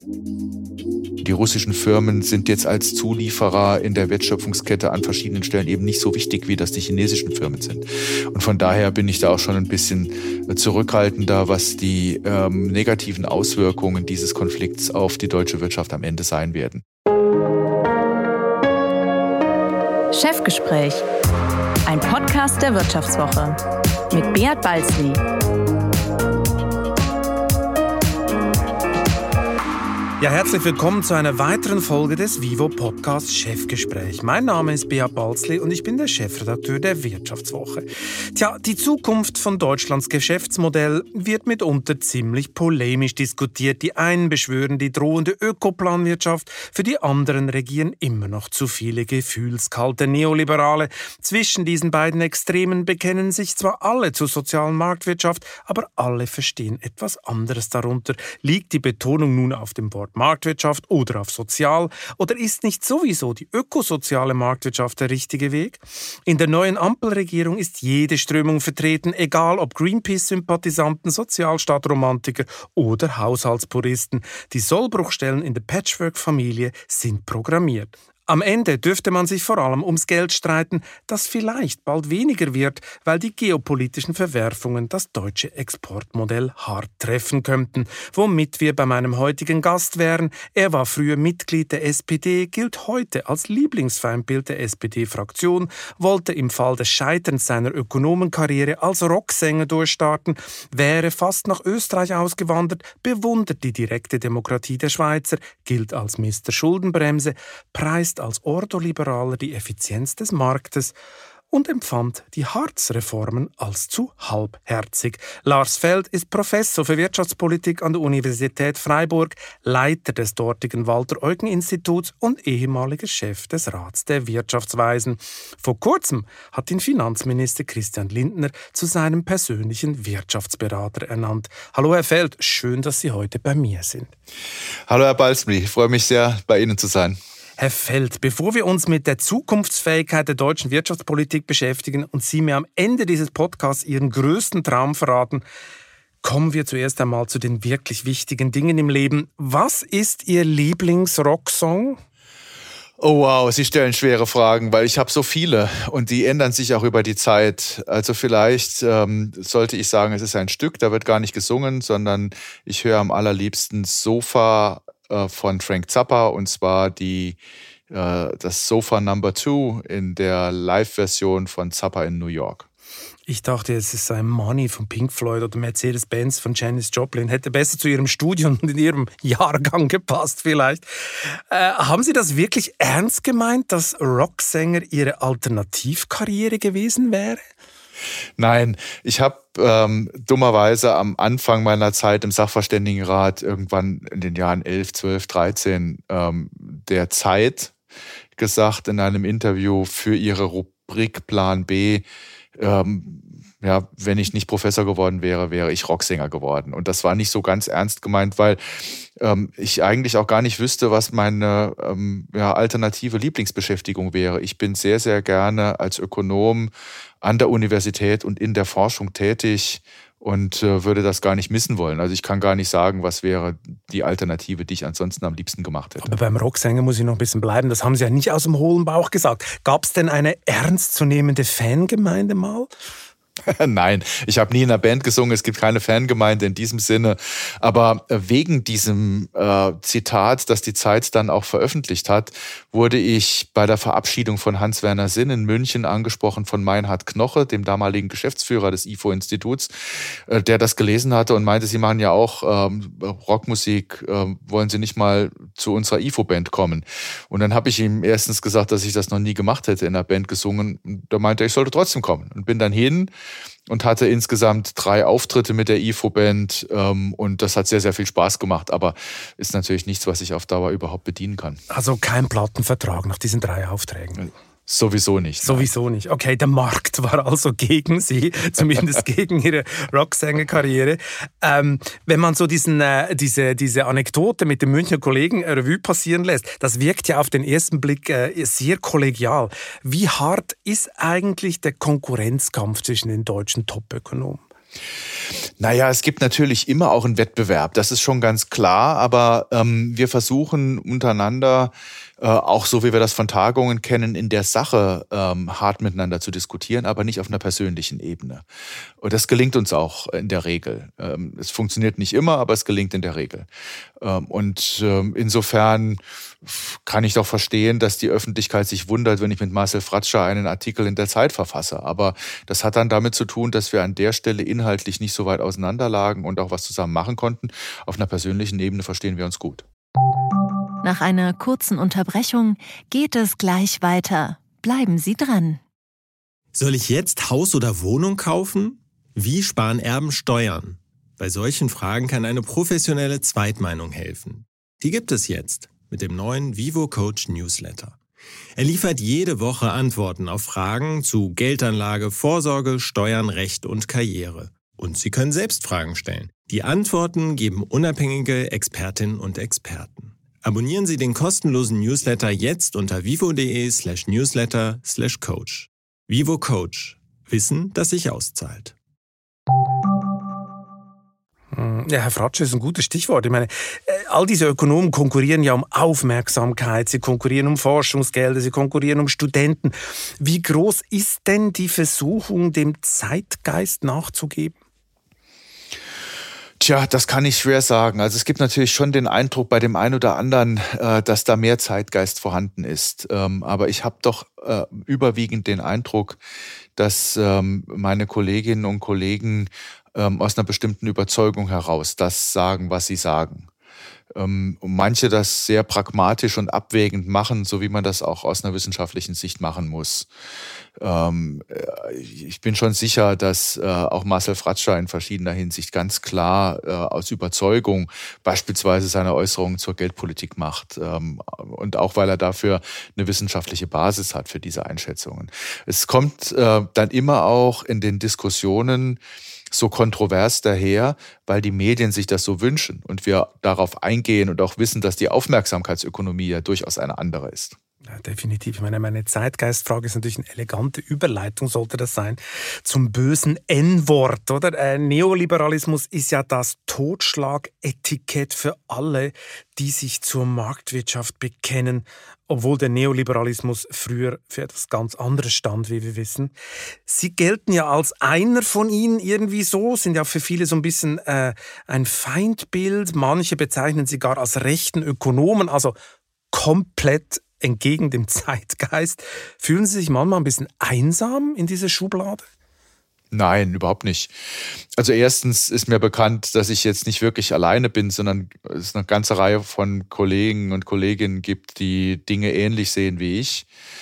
Die russischen Firmen sind jetzt als Zulieferer in der Wertschöpfungskette an verschiedenen Stellen eben nicht so wichtig, wie das die chinesischen Firmen sind. Und von daher bin ich da auch schon ein bisschen zurückhaltender, was die negativen Auswirkungen dieses Konflikts auf die deutsche Wirtschaft am Ende sein werden. Chefgespräch, ein Podcast der Wirtschaftswoche mit Beat Balzli. Ja, herzlich willkommen zu einer weiteren Folge des Vivo-Podcasts Chefgespräch. Mein Name ist Beat Balzli und ich bin der Chefredakteur der Wirtschaftswoche. Tja, die Zukunft von Deutschlands Geschäftsmodell wird mitunter ziemlich polemisch diskutiert. Die einen beschwören die drohende Ökoplanwirtschaft, für die anderen regieren immer noch zu viele gefühlskalte Neoliberale. Zwischen diesen beiden Extremen bekennen sich zwar alle zur sozialen Marktwirtschaft, aber alle verstehen etwas anderes darunter. Liegt die Betonung nun auf dem Wort Marktwirtschaft oder auf sozial? Oder ist nicht sowieso die ökosoziale Marktwirtschaft der richtige Weg? In der neuen Ampelregierung ist jede Strömung vertreten, egal ob Greenpeace-Sympathisanten, Sozialstaatromantiker oder Haushaltspuristen. Die Sollbruchstellen in der Patchwork-Familie sind programmiert. Am Ende dürfte man sich vor allem ums Geld streiten, das vielleicht bald weniger wird, weil die geopolitischen Verwerfungen das deutsche Exportmodell hart treffen könnten. Womit wir bei meinem heutigen Gast wären. Er war früher Mitglied der SPD, gilt heute als Lieblingsfeindbild der SPD-Fraktion, wollte im Fall des Scheiterns seiner Ökonomenkarriere als Rocksänger durchstarten, wäre fast nach Österreich ausgewandert, bewundert die direkte Demokratie der Schweizer, gilt als Mr. Schuldenbremse, preist als Ordoliberaler die Effizienz des Marktes und empfand die Hartz-Reformen als zu halbherzig. Lars Feld ist Professor für Wirtschaftspolitik an der Universität Freiburg, Leiter des dortigen Walter-Eucken-Instituts und ehemaliger Chef des Rats der Wirtschaftsweisen. Vor kurzem hat ihn Finanzminister Christian Lindner zu seinem persönlichen Wirtschaftsberater ernannt. Hallo Herr Feld, schön, dass Sie heute bei mir sind. Hallo Herr Balzli, ich freue mich sehr, bei Ihnen zu sein. Herr Feld, bevor wir uns mit der Zukunftsfähigkeit der deutschen Wirtschaftspolitik beschäftigen und Sie mir am Ende dieses Podcasts Ihren größten Traum verraten, kommen wir zuerst einmal zu den wirklich wichtigen Dingen im Leben. Was ist Ihr Lieblings-Rocksong? Oh wow, Sie stellen schwere Fragen, weil ich habe so viele und die ändern sich auch über die Zeit. Also vielleicht sollte ich sagen, es ist ein Stück, da wird gar nicht gesungen, sondern ich höre am allerliebsten Sofa von Frank Zappa, und zwar das Sofa Number 2 in der Live-Version von Zappa in New York. Ich dachte, es ist ein Money von Pink Floyd oder Mercedes-Benz von Janis Joplin. Hätte besser zu Ihrem Studium und in Ihrem Jahrgang gepasst vielleicht. Haben Sie das wirklich ernst gemeint, dass Rocksänger Ihre Alternativkarriere gewesen wäre? Nein, ich habe dummerweise am Anfang meiner Zeit im Sachverständigenrat irgendwann in den Jahren 11, 12, 13 der Zeit gesagt in einem Interview für ihre Rubrik Plan B, wenn ich nicht Professor geworden wäre, wäre ich Rocksänger geworden. Und das war nicht so ganz ernst gemeint, weil ich eigentlich auch gar nicht wüsste, was meine alternative Lieblingsbeschäftigung wäre. Ich bin sehr, sehr gerne als Ökonom an der Universität und in der Forschung tätig und würde das gar nicht missen wollen. Also ich kann gar nicht sagen, was wäre die Alternative, die ich ansonsten am liebsten gemacht hätte. Aber beim Rocksänger muss ich noch ein bisschen bleiben. Das haben Sie ja nicht aus dem hohlen Bauch gesagt. Gab es denn eine ernstzunehmende Fangemeinde mal? Nein, ich habe nie in einer Band gesungen, es gibt keine Fangemeinde in diesem Sinne. Aber wegen diesem Zitat, das die Zeit dann auch veröffentlicht hat, wurde ich bei der Verabschiedung von Hans-Werner Sinn in München angesprochen von Meinhard Knoche, dem damaligen Geschäftsführer des IFO-Instituts, der das gelesen hatte und meinte, Sie machen ja auch Rockmusik, wollen Sie nicht mal zu unserer IFO-Band kommen? Und dann habe ich ihm erstens gesagt, dass ich das noch nie gemacht hätte, in einer Band gesungen. Da meinte er, ich sollte trotzdem kommen und bin dann hin und hatte insgesamt 3 Auftritte mit der IFO-Band und das hat sehr, sehr viel Spaß gemacht, aber ist natürlich nichts, was ich auf Dauer überhaupt bedienen kann. Also kein Plattenvertrag nach diesen 3 Aufträgen? Sowieso nicht. Sowieso nicht. Okay, der Markt war also gegen Sie, zumindest gegen Ihre Rocksängerkarriere. Wenn man so diese Anekdote mit dem Münchner Kollegen Revue passieren lässt, das wirkt ja auf den ersten Blick sehr kollegial. Wie hart ist eigentlich der Konkurrenzkampf zwischen den deutschen Top-Ökonomen? Naja, es gibt natürlich immer auch einen Wettbewerb, das ist schon ganz klar, aber wir versuchen untereinander, auch so wie wir das von Tagungen kennen, in der Sache hart miteinander zu diskutieren, aber nicht auf einer persönlichen Ebene. Und das gelingt uns auch in der Regel. Es funktioniert nicht immer, aber es gelingt in der Regel. Insofern kann ich doch verstehen, dass die Öffentlichkeit sich wundert, wenn ich mit Marcel Fratscher einen Artikel in der Zeit verfasse. Aber das hat dann damit zu tun, dass wir an der Stelle inhaltlich nicht so weit auseinanderlagen und auch was zusammen machen konnten. Auf einer persönlichen Ebene verstehen wir uns gut. Nach einer kurzen Unterbrechung geht es gleich weiter. Bleiben Sie dran. Soll ich jetzt Haus oder Wohnung kaufen? Wie sparen Erben Steuern? Bei solchen Fragen kann eine professionelle Zweitmeinung helfen. Die gibt es jetzt mit dem neuen Vivo Coach Newsletter. Er liefert jede Woche Antworten auf Fragen zu Geldanlage, Vorsorge, Steuern, Recht und Karriere. Und Sie können selbst Fragen stellen. Die Antworten geben unabhängige Expertinnen und Experten. Abonnieren Sie den kostenlosen Newsletter jetzt unter vivo.de/newsletter/coach. Vivo Coach. Wissen, das sich auszahlt. Ja, Herr Fratscher, ist ein gutes Stichwort. Ich meine, all diese Ökonomen konkurrieren ja um Aufmerksamkeit, sie konkurrieren um Forschungsgelder, sie konkurrieren um Studenten. Wie groß ist denn die Versuchung, dem Zeitgeist nachzugeben? Tja, das kann ich schwer sagen. Also es gibt natürlich schon den Eindruck bei dem einen oder anderen, dass da mehr Zeitgeist vorhanden ist. Aber ich habe doch überwiegend den Eindruck, dass meine Kolleginnen und Kollegen aus einer bestimmten Überzeugung heraus das sagen, was sie sagen. Und manche das sehr pragmatisch und abwägend machen, so wie man das auch aus einer wissenschaftlichen Sicht machen muss. Ich bin schon sicher, dass auch Marcel Fratscher in verschiedener Hinsicht ganz klar aus Überzeugung beispielsweise seine Äußerungen zur Geldpolitik macht. Und auch, weil er dafür eine wissenschaftliche Basis hat für diese Einschätzungen. Es kommt dann immer auch in den Diskussionen so kontrovers daher, weil die Medien sich das so wünschen und wir darauf eingehen und auch wissen, dass die Aufmerksamkeitsökonomie ja durchaus eine andere ist. Ja, definitiv. Ich meine Zeitgeistfrage ist natürlich eine elegante Überleitung, sollte das sein, zum bösen N-Wort, oder? Neoliberalismus ist ja das Totschlagetikett für alle, die sich zur Marktwirtschaft bekennen, obwohl der Neoliberalismus früher für etwas ganz anderes stand, wie wir wissen. Sie gelten ja als einer von ihnen irgendwie so, sind ja für viele so ein bisschen ein Feindbild. Manche bezeichnen sie gar als rechten Ökonomen, also komplett entgegen dem Zeitgeist. Fühlen Sie sich manchmal ein bisschen einsam in dieser Schublade? Nein, überhaupt nicht. Also erstens ist mir bekannt, dass ich jetzt nicht wirklich alleine bin, sondern es eine ganze Reihe von Kollegen und Kolleginnen gibt, die Dinge ähnlich sehen wie ich.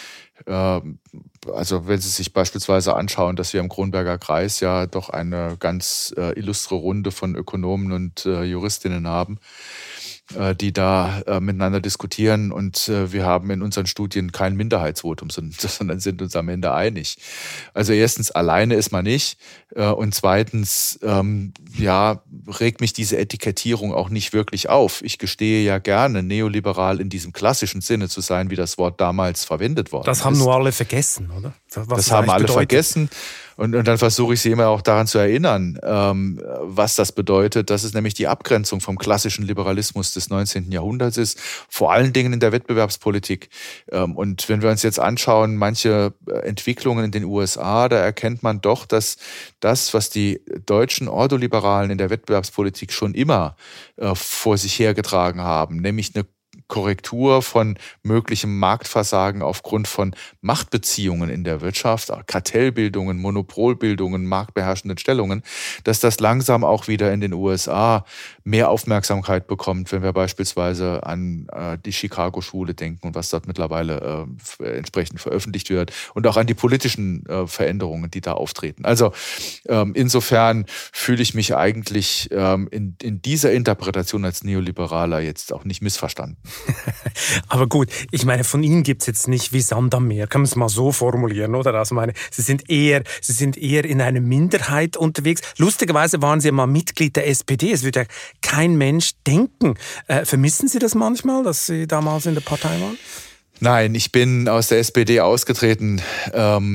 Also wenn Sie sich beispielsweise anschauen, dass wir im Kronberger Kreis ja doch eine ganz illustre Runde von Ökonomen und Juristinnen haben, die da miteinander diskutieren, und wir haben in unseren Studien kein Minderheitsvotum, sondern sind uns am Ende einig. Also erstens, alleine ist man nicht, und zweitens, regt mich diese Etikettierung auch nicht wirklich auf. Ich gestehe ja gerne, neoliberal in diesem klassischen Sinne zu sein, wie das Wort damals verwendet worden ist. Das haben nur alle vergessen, oder? Das haben alle vergessen. Und dann versuche ich sie immer auch daran zu erinnern, was das bedeutet, dass es nämlich die Abgrenzung vom klassischen Liberalismus des 19. Jahrhunderts ist, vor allen Dingen in der Wettbewerbspolitik. Und wenn wir uns jetzt anschauen, manche Entwicklungen in den USA, da erkennt man doch, dass das, was die deutschen Ordoliberalen in der Wettbewerbspolitik schon immer vor sich hergetragen haben, nämlich eine Korrektur von möglichem Marktversagen aufgrund von Machtbeziehungen in der Wirtschaft, Kartellbildungen, Monopolbildungen, marktbeherrschenden Stellungen, dass das langsam auch wieder in den USA mehr Aufmerksamkeit bekommt, wenn wir beispielsweise an die Chicago-Schule denken und was dort mittlerweile entsprechend veröffentlicht wird, und auch an die politischen Veränderungen, die da auftreten. Also insofern fühle ich mich eigentlich in dieser Interpretation als Neoliberaler jetzt auch nicht missverstanden. Aber gut, ich meine, von Ihnen gibt es jetzt nicht wie Sand am Meer, kann man es mal so formulieren, oder? Also meine, Sie sind eher in einer Minderheit unterwegs. Lustigerweise waren Sie ja mal Mitglied der SPD. Es würde ja kein Mensch denken. Vermissen Sie das manchmal, dass Sie damals in der Partei waren? Nein, ich bin aus der SPD ausgetreten,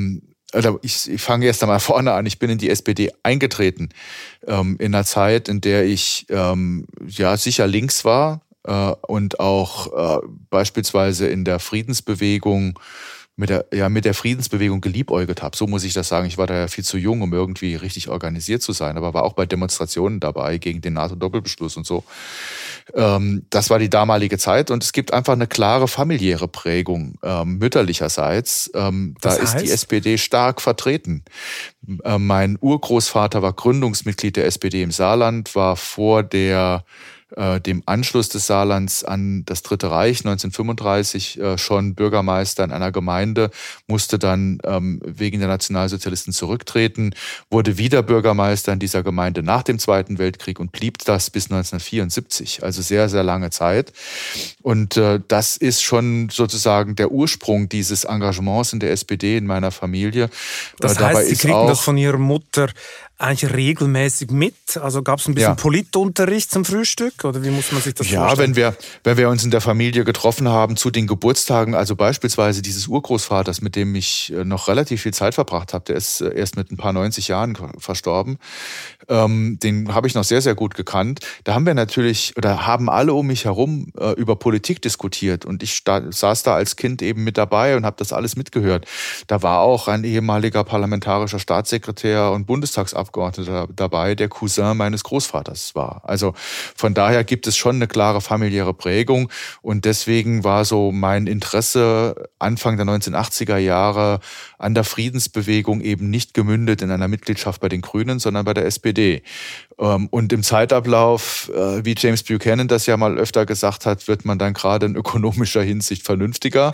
ich fange erst einmal vorne an. Ich bin in die SPD eingetreten, in einer Zeit, in der ich sicher links war und auch beispielsweise in der Friedensbewegung mit der Friedensbewegung geliebäugelt habe. So muss ich das sagen. Ich war da ja viel zu jung, um irgendwie richtig organisiert zu sein, aber war auch bei Demonstrationen dabei gegen den NATO-Doppelbeschluss und so. Das war die damalige Zeit und es gibt einfach eine klare familiäre Prägung mütterlicherseits. Da ist die SPD stark vertreten. Mein Urgroßvater war Gründungsmitglied der SPD im Saarland, war vor dem Anschluss des Saarlands an das Dritte Reich 1935 schon Bürgermeister in einer Gemeinde, musste dann wegen der Nationalsozialisten zurücktreten, wurde wieder Bürgermeister in dieser Gemeinde nach dem Zweiten Weltkrieg und blieb das bis 1974, also sehr, sehr lange Zeit. Und das ist schon sozusagen der Ursprung dieses Engagements in der SPD in meiner Familie. Das heißt, Sie kriegen das von Ihrer Mutter eigentlich regelmäßig mit? Also gab es ein bisschen Politunterricht zum Frühstück oder wie muss man sich das vorstellen? Ja, wenn wir uns in der Familie getroffen haben zu den Geburtstagen, also beispielsweise dieses Urgroßvaters, mit dem ich noch relativ viel Zeit verbracht habe, der ist erst mit ein paar 90 Jahren verstorben, den habe ich noch sehr, sehr gut gekannt. Da haben wir natürlich, oder haben alle um mich herum über Politik diskutiert und ich saß da als Kind eben mit dabei und habe das alles mitgehört. Da war auch ein ehemaliger parlamentarischer Staatssekretär und Bundestagsabgeordneter dabei, der Cousin meines Großvaters war. Also von daher gibt es schon eine klare familiäre Prägung und deswegen war so mein Interesse Anfang der 1980er Jahre an der Friedensbewegung eben nicht gemündet in einer Mitgliedschaft bei den Grünen, sondern bei der SPD. Und im Zeitablauf, wie James Buchanan das ja mal öfter gesagt hat, wird man dann gerade in ökonomischer Hinsicht vernünftiger.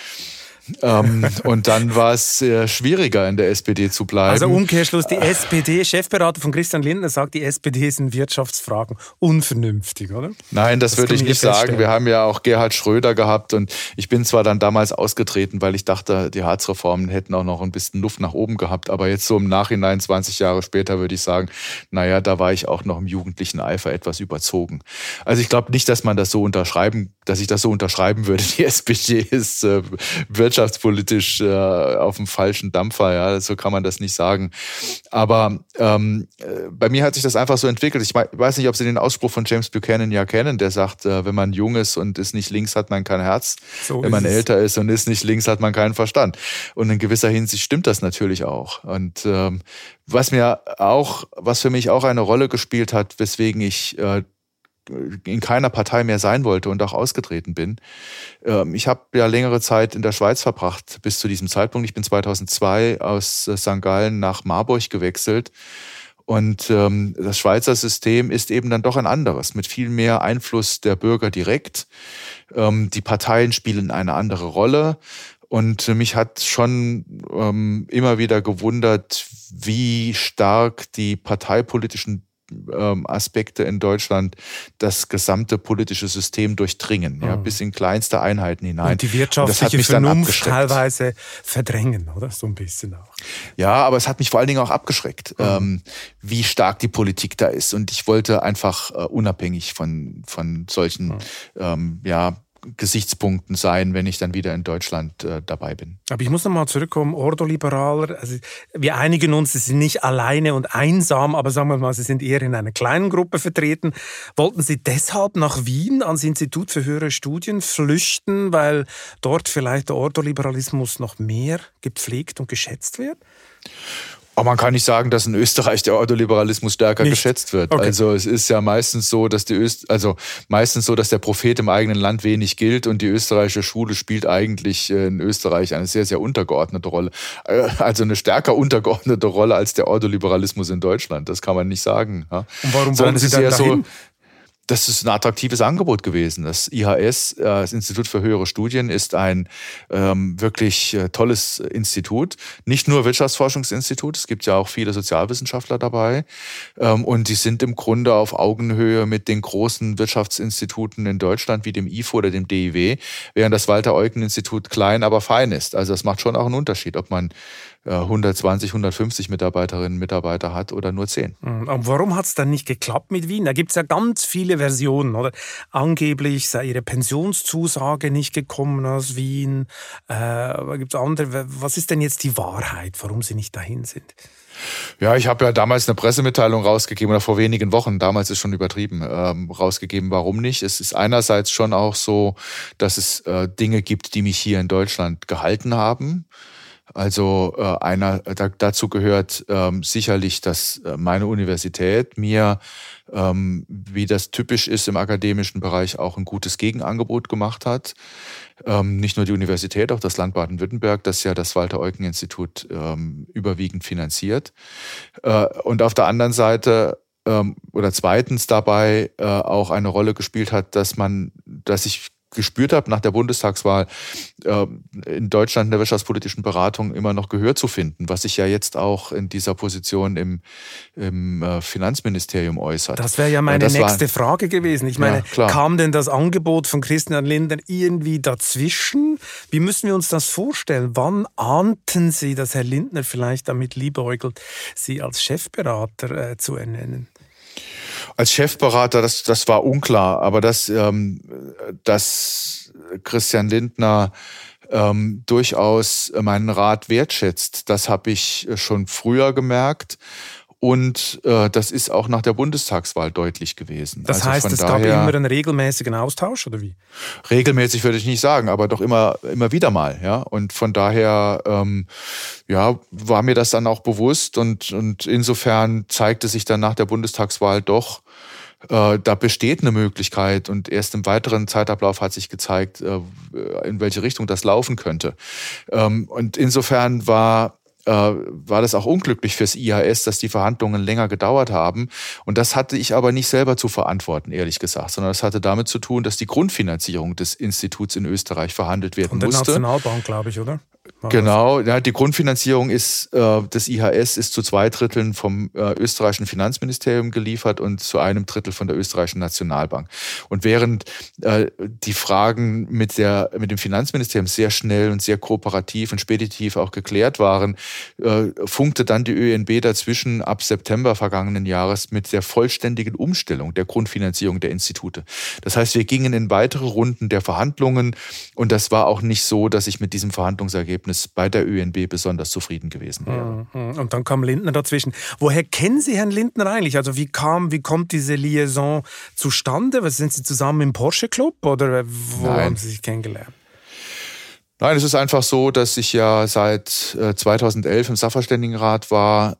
Und dann war es schwieriger, in der SPD zu bleiben. Also Umkehrschluss, die SPD-Chefberater von Christian Lindner sagt, die SPD ist in Wirtschaftsfragen unvernünftig, oder? Nein, das würde ich nicht sagen. Wir haben ja auch Gerhard Schröder gehabt und ich bin zwar dann damals ausgetreten, weil ich dachte, die Hartz-Reformen hätten auch noch ein bisschen Luft nach oben gehabt, aber jetzt so im Nachhinein, 20 Jahre später, würde ich sagen, naja, da war ich auch noch im jugendlichen Eifer etwas überzogen. Also ich glaube nicht, dass ich das so unterschreiben würde. Die SPD ist wirtschaftspolitisch auf dem falschen Dampfer, ja, so kann man das nicht sagen. Aber bei mir hat sich das einfach so entwickelt. Ich weiß nicht, ob Sie den Ausspruch von James Buchanan ja kennen, der sagt, wenn man jung ist und ist nicht links, hat man kein Herz. So wenn man älter ist und ist nicht links, hat man keinen Verstand. Und in gewisser Hinsicht stimmt das natürlich auch. Und was für mich auch eine Rolle gespielt hat, weswegen ich in keiner Partei mehr sein wollte und auch ausgetreten bin. Ich habe ja längere Zeit in der Schweiz verbracht bis zu diesem Zeitpunkt. Ich bin 2002 aus St. Gallen nach Marburg gewechselt. Und das Schweizer System ist eben dann doch ein anderes, mit viel mehr Einfluss der Bürger direkt. Die Parteien spielen eine andere Rolle. Und mich hat schon immer wieder gewundert, wie stark die parteipolitischen Aspekte in Deutschland das gesamte politische System durchdringen, ja, bis in kleinste Einheiten hinein. Und die wirtschaftliche Vernunft teilweise verdrängen, oder? So ein bisschen auch. Ja, aber es hat mich vor allen Dingen auch abgeschreckt, wie stark die Politik da ist. Und ich wollte einfach unabhängig von solchen Gesichtspunkten sein, wenn ich dann wieder in Deutschland dabei bin. Aber ich muss nochmal zurückkommen, Ordoliberaler, also wir einigen uns, Sie sind nicht alleine und einsam, aber sagen wir mal, Sie sind eher in einer kleinen Gruppe vertreten. Wollten Sie deshalb nach Wien ans Institut für höhere Studien flüchten, weil dort vielleicht der Ordoliberalismus noch mehr gepflegt und geschätzt wird? Aber man kann nicht sagen, dass in Österreich der Ordoliberalismus stärker geschätzt wird. Okay. Also es ist ja meistens so, dass der Prophet im eigenen Land wenig gilt und die österreichische Schule spielt eigentlich in Österreich eine sehr, sehr untergeordnete Rolle. Also eine stärker untergeordnete Rolle als der Ordoliberalismus in Deutschland. Das kann man nicht sagen. Ja? Und warum wollen Sie dann dahin? Das ist ein attraktives Angebot gewesen. Das IHS, das Institut für höhere Studien, ist ein wirklich tolles Institut. Nicht nur Wirtschaftsforschungsinstitut, es gibt ja auch viele Sozialwissenschaftler dabei. Und die sind im Grunde auf Augenhöhe mit den großen Wirtschaftsinstituten in Deutschland, wie dem IFO oder dem DIW, während das Walter-Eucken-Institut klein, aber fein ist. Also das macht schon auch einen Unterschied, ob man 120, 150 Mitarbeiterinnen und Mitarbeiter hat oder nur 10. Und warum hat es dann nicht geklappt mit Wien? Da gibt es ja ganz viele Versionen, oder? Angeblich sei ihre Pensionszusage nicht gekommen aus Wien. Gibt es andere? Was ist denn jetzt die Wahrheit, warum sie nicht dahin sind? Ja, ich habe ja damals eine Pressemitteilung rausgegeben, oder vor wenigen Wochen, damals ist schon übertrieben, rausgegeben, warum nicht. Es ist einerseits schon auch so, dass es Dinge gibt, die mich hier in Deutschland gehalten haben. Also dazu gehört sicherlich, dass meine Universität mir, wie das typisch ist im akademischen Bereich, auch ein gutes Gegenangebot gemacht hat. Nicht nur die Universität, auch das Land Baden-Württemberg, das ja das Walter-Eucken-Institut überwiegend finanziert. Und auf der anderen Seite oder zweitens dabei auch eine Rolle gespielt hat, dass ich gespürt habe, nach der Bundestagswahl in Deutschland in der wirtschaftspolitischen Beratung immer noch Gehör zu finden, was sich ja jetzt auch in dieser Position im Finanzministerium äußert. Das wäre ja meine nächste Frage gewesen. Ich meine, ja, kam denn das Angebot von Christian Lindner irgendwie dazwischen? Wie müssen wir uns das vorstellen? Wann ahnten Sie, dass Herr Lindner vielleicht damit liebäugelt, Sie als Chefberater zu ernennen? Als Chefberater, das war unklar, aber dass Christian Lindner durchaus meinen Rat wertschätzt, das habe ich schon früher gemerkt. Und das ist auch nach der Bundestagswahl deutlich gewesen. Das heißt, es gab immer einen regelmäßigen Austausch, oder wie? Regelmäßig würde ich nicht sagen, aber doch immer wieder mal. Ja? Und von daher war mir das dann auch bewusst. Und insofern zeigte sich dann nach der Bundestagswahl doch, da besteht eine Möglichkeit. Und erst im weiteren Zeitablauf hat sich gezeigt, in welche Richtung das laufen könnte. Und insofern war das auch unglücklich fürs IHS, dass die Verhandlungen länger gedauert haben. Und das hatte ich aber nicht selber zu verantworten, ehrlich gesagt, sondern das hatte damit zu tun, dass die Grundfinanzierung des Instituts in Österreich verhandelt werden musste. Von der Nationalbank, glaube ich, oder? Genau, ja, die Grundfinanzierung des IHS ist zu 2 Dritteln vom österreichischen Finanzministerium geliefert und zu 1 Drittel von der österreichischen Nationalbank. Und während die Fragen mit dem Finanzministerium sehr schnell und sehr kooperativ und speditiv auch geklärt waren, funkte dann die ÖNB dazwischen ab September vergangenen Jahres mit der vollständigen Umstellung der Grundfinanzierung der Institute. Das heißt, wir gingen in weitere Runden der Verhandlungen und das war auch nicht so, dass ich mit diesem Verhandlungsergebnis bei der ÖNB besonders zufrieden gewesen wäre. Und dann kam Lindner dazwischen. Woher kennen Sie Herrn Lindner eigentlich? Also wie kommt diese Liaison zustande? Sind Sie zusammen im Porsche Club oder wo haben Sie sich kennengelernt? Nein, es ist einfach so, dass ich ja seit 2011 im Sachverständigenrat war,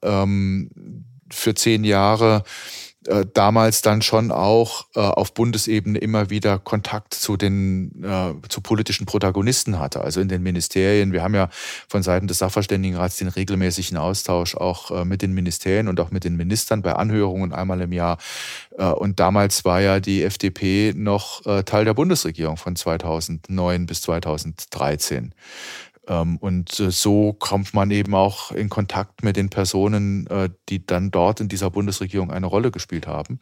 für 10 Jahre, damals dann schon auch auf Bundesebene immer wieder Kontakt zu politischen Protagonisten hatte, also in den Ministerien. Wir haben ja von Seiten des Sachverständigenrats den regelmäßigen Austausch auch mit den Ministerien und auch mit den Ministern bei Anhörungen einmal im Jahr. Und damals war ja die FDP noch Teil der Bundesregierung von 2009 bis 2013. Und so kommt man eben auch in Kontakt mit den Personen, die dann dort in dieser Bundesregierung eine Rolle gespielt haben.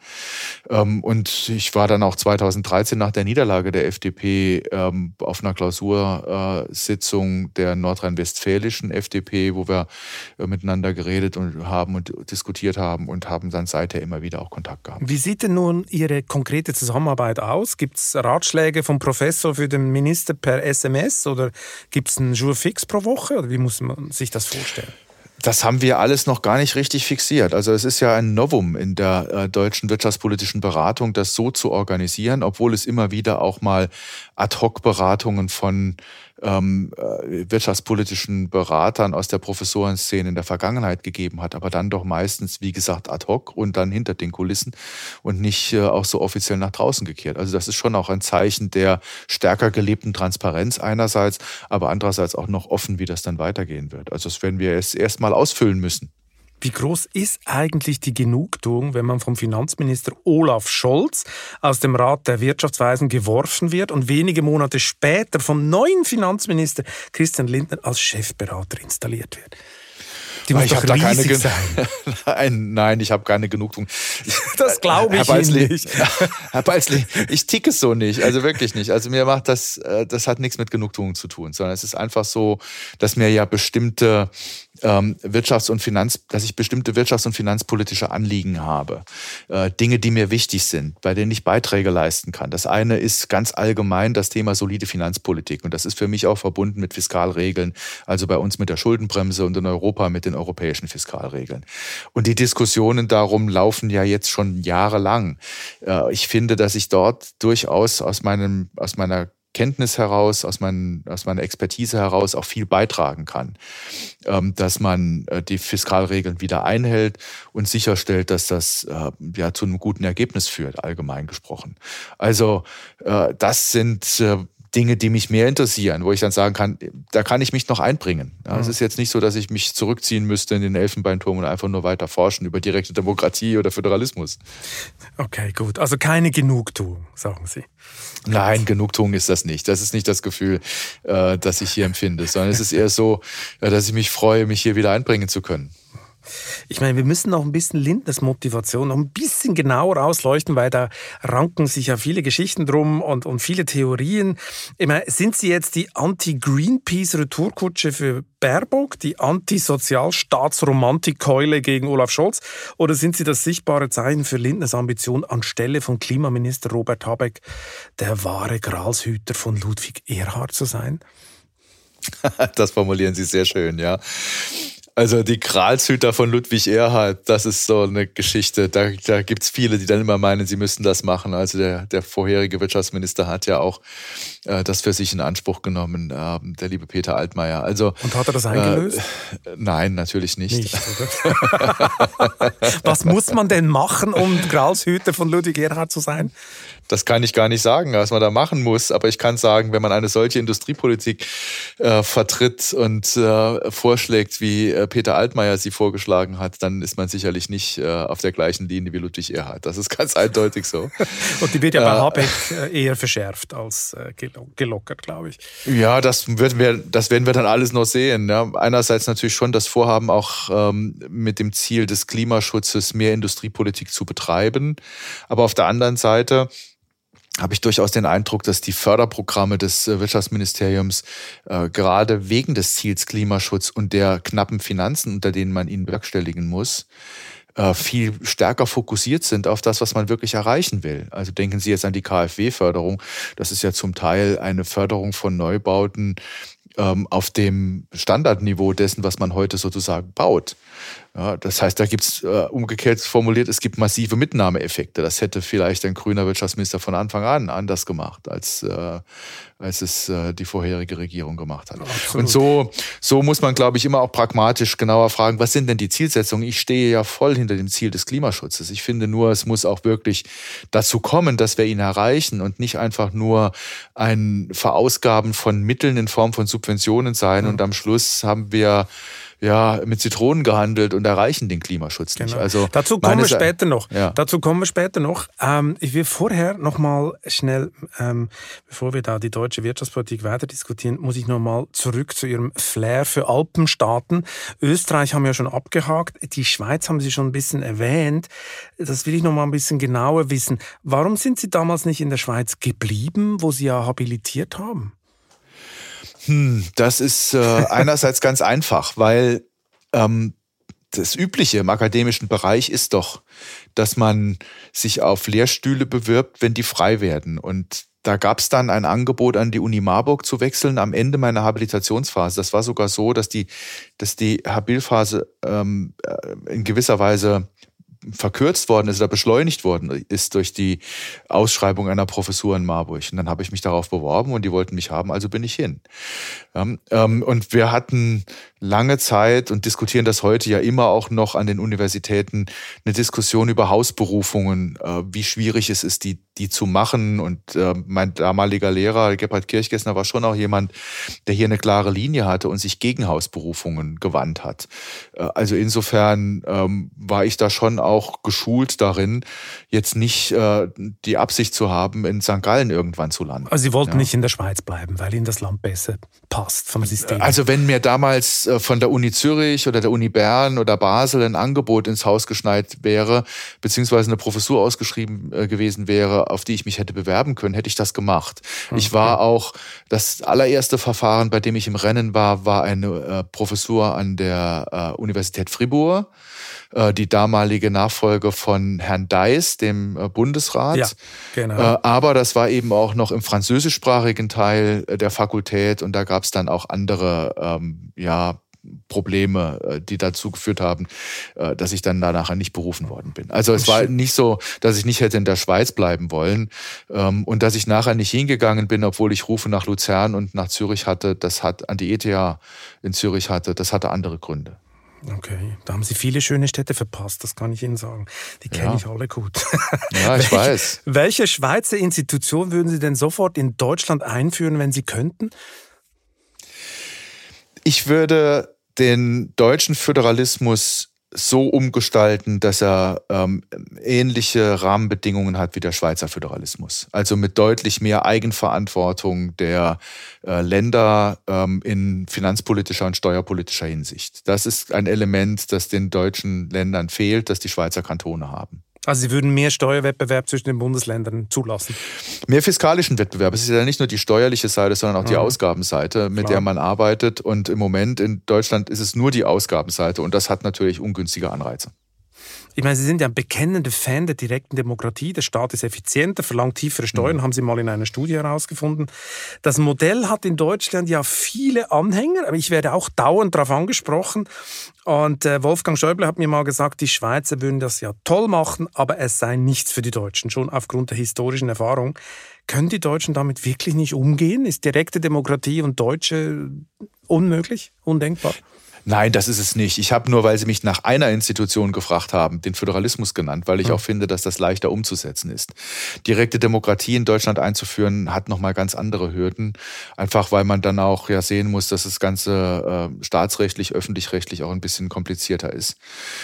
Und ich war dann auch 2013 nach der Niederlage der FDP auf einer Klausursitzung der nordrhein-westfälischen FDP, wo wir miteinander geredet haben und diskutiert haben und haben dann seither immer wieder auch Kontakt gehabt. Wie sieht denn nun Ihre konkrete Zusammenarbeit aus? Gibt es Ratschläge vom Professor für den Minister per SMS oder gibt es einen Jour fix pro Woche oder wie muss man sich das vorstellen? Das haben wir alles noch gar nicht richtig fixiert. Also es ist ja ein Novum in der deutschen wirtschaftspolitischen Beratung, das so zu organisieren, obwohl es immer wieder auch mal Ad-hoc-Beratungen von wirtschaftspolitischen Beratern aus der Professorenszene in der Vergangenheit gegeben hat, aber dann doch meistens, wie gesagt, ad hoc und dann hinter den Kulissen und nicht auch so offiziell nach draußen gekehrt. Also das ist schon auch ein Zeichen der stärker gelebten Transparenz einerseits, aber andererseits auch noch offen, wie das dann weitergehen wird. Also das werden wir erst mal ausfüllen müssen. Wie groß ist eigentlich die Genugtuung, wenn man vom Finanzminister Olaf Scholz aus dem Rat der Wirtschaftsweisen geworfen wird und wenige Monate später vom neuen Finanzminister Christian Lindner als Chefberater installiert wird? Die muss doch riesig sein. Nein, ich habe keine Genugtuung. Das glaube ich Ihnen nicht. Herr Balzli, ich ticke so nicht, also wirklich nicht. Also mir macht das hat nichts mit Genugtuung zu tun, sondern es ist einfach so, dass mir ja bestimmte wirtschafts- und finanzpolitische Anliegen habe. Dinge, die mir wichtig sind, bei denen ich Beiträge leisten kann. Das eine ist ganz allgemein das Thema solide Finanzpolitik. Und das ist für mich auch verbunden mit Fiskalregeln, also bei uns mit der Schuldenbremse und in Europa mit den europäischen Fiskalregeln. Und die Diskussionen darum laufen ja jetzt schon jahrelang. Ich finde, dass ich dort durchaus aus meiner Kenntnis heraus, aus meiner Expertise heraus auch viel beitragen kann, dass man die Fiskalregeln wieder einhält und sicherstellt, dass das zu einem guten Ergebnis führt, allgemein gesprochen. Also das sind Dinge, die mich mehr interessieren, wo ich dann sagen kann, da kann ich mich noch einbringen. Ja, es ist jetzt nicht so, dass ich mich zurückziehen müsste in den Elfenbeinturm und einfach nur weiter forschen über direkte Demokratie oder Föderalismus. Okay, gut. Also keine Genugtuung, sagen Sie. Nein, Genugtuung ist das nicht. Das ist nicht das Gefühl, das ich hier empfinde, sondern es ist eher so, dass ich mich freue, mich hier wieder einbringen zu können. Ich meine, wir müssen noch ein bisschen Lindners Motivation noch ein bisschen genauer ausleuchten, weil da ranken sich ja viele Geschichten drum und viele Theorien. Ich meine, sind Sie jetzt die Anti-Greenpeace-Retourkutsche für Baerbock, die Anti-Sozialstaatsromantikkeule gegen Olaf Scholz, oder sind Sie das sichtbare Zeichen für Lindners Ambition, anstelle von Klimaminister Robert Habeck der wahre Gralshüter von Ludwig Erhard zu sein? Das formulieren Sie sehr schön, ja. Also die Gralshüter von Ludwig Erhard, das ist so eine Geschichte. Da gibt's viele, die dann immer meinen, sie müssten das machen. Also der vorherige Wirtschaftsminister hat ja auch das für sich in Anspruch genommen, der liebe Peter Altmaier. Also, und hat er das eingelöst? Nein, natürlich nicht. Was muss man denn machen, um Gralshüter von Ludwig Erhard zu sein? Das kann ich gar nicht sagen, was man da machen muss. Aber ich kann sagen, wenn man eine solche Industriepolitik vertritt und vorschlägt, wie Peter Altmaier sie vorgeschlagen hat, dann ist man sicherlich nicht auf der gleichen Linie wie Ludwig Erhard. Das ist ganz eindeutig so. Und die wird ja bei Habeck eher verschärft als gelockert, glaube ich. Ja, das werden wir dann alles noch sehen. Ja. Einerseits natürlich schon das Vorhaben, auch mit dem Ziel des Klimaschutzes mehr Industriepolitik zu betreiben. Aber auf der anderen Seite habe ich durchaus den Eindruck, dass die Förderprogramme des Wirtschaftsministeriums gerade wegen des Ziels Klimaschutz und der knappen Finanzen, unter denen man ihn bewerkstelligen muss, viel stärker fokussiert sind auf das, was man wirklich erreichen will. Also denken Sie jetzt an die KfW-Förderung. Das ist ja zum Teil eine Förderung von Neubauten auf dem Standardniveau dessen, was man heute sozusagen baut. Ja, das heißt, da gibt es umgekehrt formuliert, es gibt massive Mitnahmeeffekte. Das hätte vielleicht ein grüner Wirtschaftsminister von Anfang an anders gemacht, als es die vorherige Regierung gemacht hat. Absolut. Und so muss man, glaube ich, immer auch pragmatisch genauer fragen, was sind denn die Zielsetzungen? Ich stehe ja voll hinter dem Ziel des Klimaschutzes. Ich finde nur, es muss auch wirklich dazu kommen, dass wir ihn erreichen und nicht einfach nur ein Verausgaben von Mitteln in Form von Subventionen sein. Und am Schluss haben wir mit Zitronen gehandelt und erreichen den Klimaschutz nicht. Genau. Also dazu kommen wir später noch. Ja. Ich will vorher noch mal schnell, bevor wir da die deutsche Wirtschaftspolitik weiter diskutieren, muss ich noch mal zurück zu Ihrem Flair für Alpenstaaten. Österreich haben wir ja schon abgehakt. Die Schweiz haben Sie schon ein bisschen erwähnt. Das will ich noch mal ein bisschen genauer wissen. Warum sind Sie damals nicht in der Schweiz geblieben, wo Sie ja habilitiert haben? Das ist einerseits ganz einfach, weil das Übliche im akademischen Bereich ist doch, dass man sich auf Lehrstühle bewirbt, wenn die frei werden. Und da gab es dann ein Angebot, an die Uni Marburg zu wechseln am Ende meiner Habilitationsphase. Das war sogar so, dass die Habilphase in gewisser Weise verkürzt worden ist oder beschleunigt worden ist durch die Ausschreibung einer Professur in Marburg. Und dann habe ich mich darauf beworben und die wollten mich haben, also bin ich hin. Und wir hatten lange Zeit und diskutieren das heute ja immer auch noch an den Universitäten, eine Diskussion über Hausberufungen, wie schwierig es ist, die die zu machen. Und mein damaliger Lehrer, Gebhard Kirchgessner, war schon auch jemand, der hier eine klare Linie hatte und sich gegen Hausberufungen gewandt hat. Also insofern war ich da schon auch geschult darin, jetzt nicht die Absicht zu haben, in St. Gallen irgendwann zu landen. Also Sie wollten nicht in der Schweiz bleiben, weil Ihnen das Land besser passt vom System? Also wenn mir damals von der Uni Zürich oder der Uni Bern oder Basel ein Angebot ins Haus geschneit wäre, beziehungsweise eine Professur ausgeschrieben gewesen wäre, auf die ich mich hätte bewerben können, hätte ich das gemacht. Okay. Ich war auch, das allererste Verfahren, bei dem ich im Rennen war eine Professur an der Universität Fribourg, die damalige Nachfolge von Herrn Deiss, dem Bundesrat. Ja, genau. Aber das war eben auch noch im französischsprachigen Teil der Fakultät und da gab es dann auch andere Probleme, die dazu geführt haben, dass ich dann danach nicht berufen worden bin. Also es war nicht so, dass ich nicht hätte in der Schweiz bleiben wollen und dass ich nachher nicht hingegangen bin, obwohl ich Rufe nach Luzern und nach Zürich hatte, an die ETH in Zürich hatte, das hatte andere Gründe. Okay, da haben Sie viele schöne Städte verpasst, das kann ich Ihnen sagen. Die kenne ich alle gut. Ja, ich weiß. Welche Schweizer Institution würden Sie denn sofort in Deutschland einführen, wenn Sie könnten? Ich würde den deutschen Föderalismus so umgestalten, dass er ähnliche Rahmenbedingungen hat wie der Schweizer Föderalismus. Also mit deutlich mehr Eigenverantwortung der Länder in finanzpolitischer und steuerpolitischer Hinsicht. Das ist ein Element, das den deutschen Ländern fehlt, das die Schweizer Kantone haben. Also Sie würden mehr Steuerwettbewerb zwischen den Bundesländern zulassen? Mehr fiskalischen Wettbewerb. Es ist ja nicht nur die steuerliche Seite, sondern auch die Ausgabenseite, mit der man arbeitet. Und im Moment in Deutschland ist es nur die Ausgabenseite. Und das hat natürlich ungünstige Anreize. Ich meine, Sie sind ja ein bekennender Fan der direkten Demokratie. Der Staat ist effizienter, verlangt tiefere Steuern, haben Sie mal in einer Studie herausgefunden. Das Modell hat in Deutschland ja viele Anhänger, aber ich werde auch dauernd darauf angesprochen. Und Wolfgang Schäuble hat mir mal gesagt, die Schweizer würden das ja toll machen, aber es sei nichts für die Deutschen, schon aufgrund der historischen Erfahrung. Können die Deutschen damit wirklich nicht umgehen? Ist direkte Demokratie und Deutsche unmöglich, undenkbar? Nein, das ist es nicht. Ich habe nur, weil Sie mich nach einer Institution gefragt haben, den Föderalismus genannt, weil ich auch finde, dass das leichter umzusetzen ist. Direkte Demokratie in Deutschland einzuführen, hat nochmal ganz andere Hürden. Einfach, weil man dann auch ja sehen muss, dass das Ganze staatsrechtlich, öffentlich-rechtlich auch ein bisschen komplizierter ist.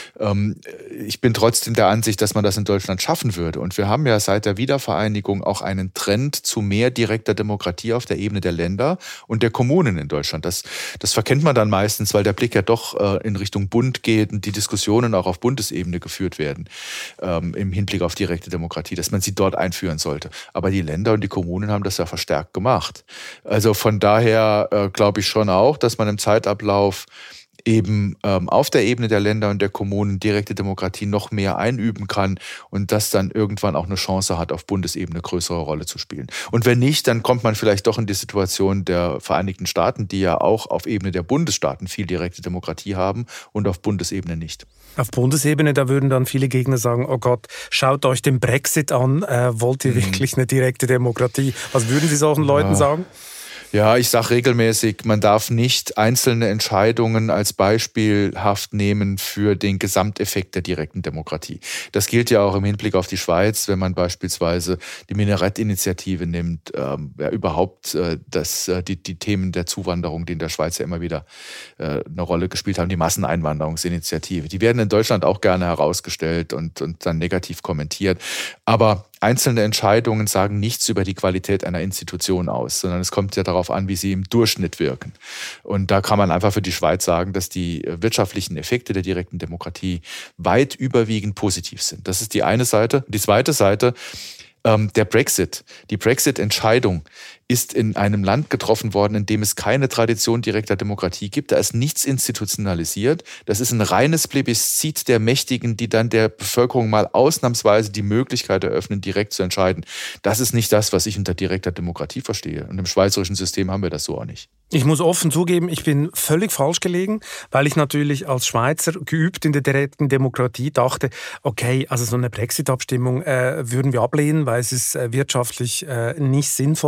Ich bin trotzdem der Ansicht, dass man das in Deutschland schaffen würde. Und wir haben ja seit der Wiedervereinigung auch einen Trend zu mehr direkter Demokratie auf der Ebene der Länder und der Kommunen in Deutschland. Das verkennt man dann meistens, weil der Blick ja doch in Richtung Bund geht und die Diskussionen auch auf Bundesebene geführt werden im Hinblick auf direkte Demokratie, dass man sie dort einführen sollte. Aber die Länder und die Kommunen haben das ja verstärkt gemacht. Also von daher glaube ich schon auch, dass man im Zeitablauf eben auf der Ebene der Länder und der Kommunen direkte Demokratie noch mehr einüben kann und das dann irgendwann auch eine Chance hat, auf Bundesebene eine größere Rolle zu spielen. Und wenn nicht, dann kommt man vielleicht doch in die Situation der Vereinigten Staaten, die ja auch auf Ebene der Bundesstaaten viel direkte Demokratie haben und auf Bundesebene nicht. Auf Bundesebene, da würden dann viele Gegner sagen, oh Gott, schaut euch den Brexit an, wollt ihr wirklich eine direkte Demokratie? Was würden Sie solchen Leuten sagen? Ja, ich sage regelmäßig, man darf nicht einzelne Entscheidungen als beispielhaft nehmen für den Gesamteffekt der direkten Demokratie. Das gilt ja auch im Hinblick auf die Schweiz, wenn man beispielsweise die Minarett-Initiative nimmt, überhaupt die Themen der Zuwanderung, die in der Schweiz ja immer wieder eine Rolle gespielt haben, die Masseneinwanderungsinitiative. Die werden in Deutschland auch gerne herausgestellt und dann negativ kommentiert. Aber einzelne Entscheidungen sagen nichts über die Qualität einer Institution aus, sondern es kommt ja darauf an, wie sie im Durchschnitt wirken. Und da kann man einfach für die Schweiz sagen, dass die wirtschaftlichen Effekte der direkten Demokratie weit überwiegend positiv sind. Das ist die eine Seite. Die zweite Seite, der Brexit, die Brexit-Entscheidung ist in einem Land getroffen worden, in dem es keine Tradition direkter Demokratie gibt. Da ist nichts institutionalisiert. Das ist ein reines Plebiszit der Mächtigen, die dann der Bevölkerung mal ausnahmsweise die Möglichkeit eröffnen, direkt zu entscheiden. Das ist nicht das, was ich unter direkter Demokratie verstehe. Und im schweizerischen System haben wir das so auch nicht. Ich muss offen zugeben, ich bin völlig falsch gelegen, weil ich natürlich als Schweizer geübt in der direkten Demokratie dachte, okay, also so eine Brexit-Abstimmung würden wir ablehnen, weil es ist wirtschaftlich nicht sinnvoll.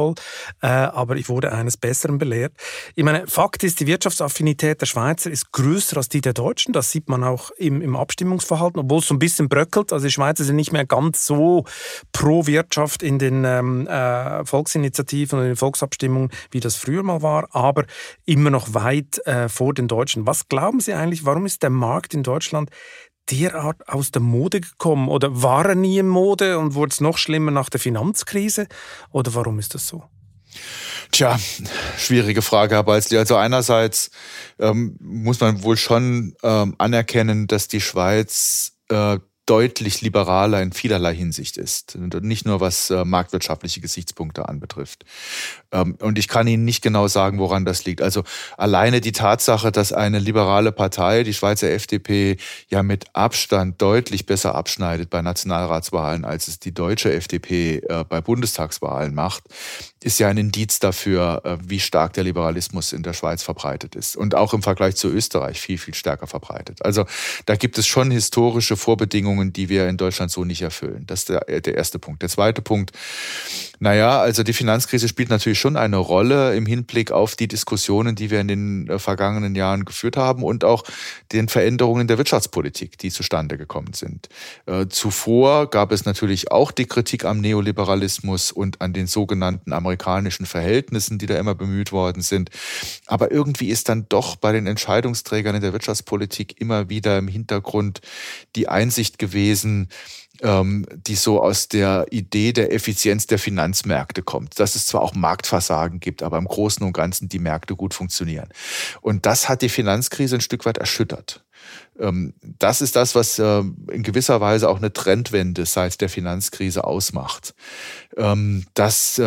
aber ich wurde eines Besseren belehrt. Ich meine, Fakt ist, die Wirtschaftsaffinität der Schweizer ist größer als die der Deutschen. Das sieht man auch im Abstimmungsverhalten, obwohl es so ein bisschen bröckelt. Also die Schweizer sind nicht mehr ganz so pro Wirtschaft in den Volksinitiativen und in den Volksabstimmungen, wie das früher mal war, aber immer noch weit vor den Deutschen. Was glauben Sie eigentlich, warum ist der Markt in Deutschland derart aus der Mode gekommen? Oder war er nie in Mode und wurde es noch schlimmer nach der Finanzkrise? Oder warum ist das so? Tja, schwierige Frage, Herr Balzli. Also einerseits muss man wohl schon anerkennen, dass die Schweiz deutlich liberaler in vielerlei Hinsicht ist. Nicht nur was marktwirtschaftliche Gesichtspunkte anbetrifft. Und ich kann Ihnen nicht genau sagen, woran das liegt. Also alleine die Tatsache, dass eine liberale Partei, die Schweizer FDP, ja mit Abstand deutlich besser abschneidet bei Nationalratswahlen, als es die deutsche FDP bei Bundestagswahlen macht, ist ja ein Indiz dafür, wie stark der Liberalismus in der Schweiz verbreitet ist. Und auch im Vergleich zu Österreich viel, viel stärker verbreitet. Also da gibt es schon historische Vorbedingungen, die wir in Deutschland so nicht erfüllen. Das ist der erste Punkt. Der zweite Punkt, also die Finanzkrise spielt natürlich schon eine Rolle im Hinblick auf die Diskussionen, die wir in den vergangenen Jahren geführt haben und auch den Veränderungen der Wirtschaftspolitik, die zustande gekommen sind. Zuvor gab es natürlich auch die Kritik am Neoliberalismus und an den sogenannten amerikanischen Verhältnissen, die da immer bemüht worden sind. Aber irgendwie ist dann doch bei den Entscheidungsträgern in der Wirtschaftspolitik immer wieder im Hintergrund die Einsicht gewesen, die so aus der Idee der Effizienz der Finanzmärkte kommt. Dass es zwar auch Marktversagen gibt, aber im Großen und Ganzen die Märkte gut funktionieren. Und das hat die Finanzkrise ein Stück weit erschüttert. Das ist das, was in gewisser Weise auch eine Trendwende seit der Finanzkrise ausmacht. Dass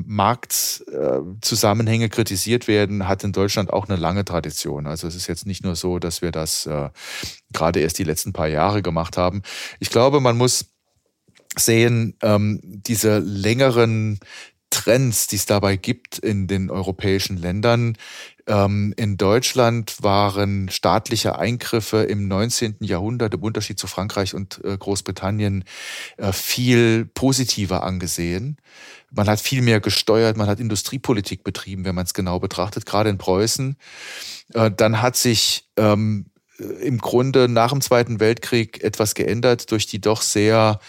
Marktzusammenhänge kritisiert werden, hat in Deutschland auch eine lange Tradition. Also es ist jetzt nicht nur so, dass wir das gerade erst die letzten paar Jahre gemacht haben. Ich glaube, man muss sehen, diese längeren Trends, die es dabei gibt in den europäischen Ländern. In Deutschland waren staatliche Eingriffe im 19. Jahrhundert im Unterschied zu Frankreich und Großbritannien viel positiver angesehen. Man hat viel mehr gesteuert, man hat Industriepolitik betrieben, wenn man es genau betrachtet, gerade in Preußen. Dann hat sich im Grunde nach dem Zweiten Weltkrieg etwas geändert durch die doch sehr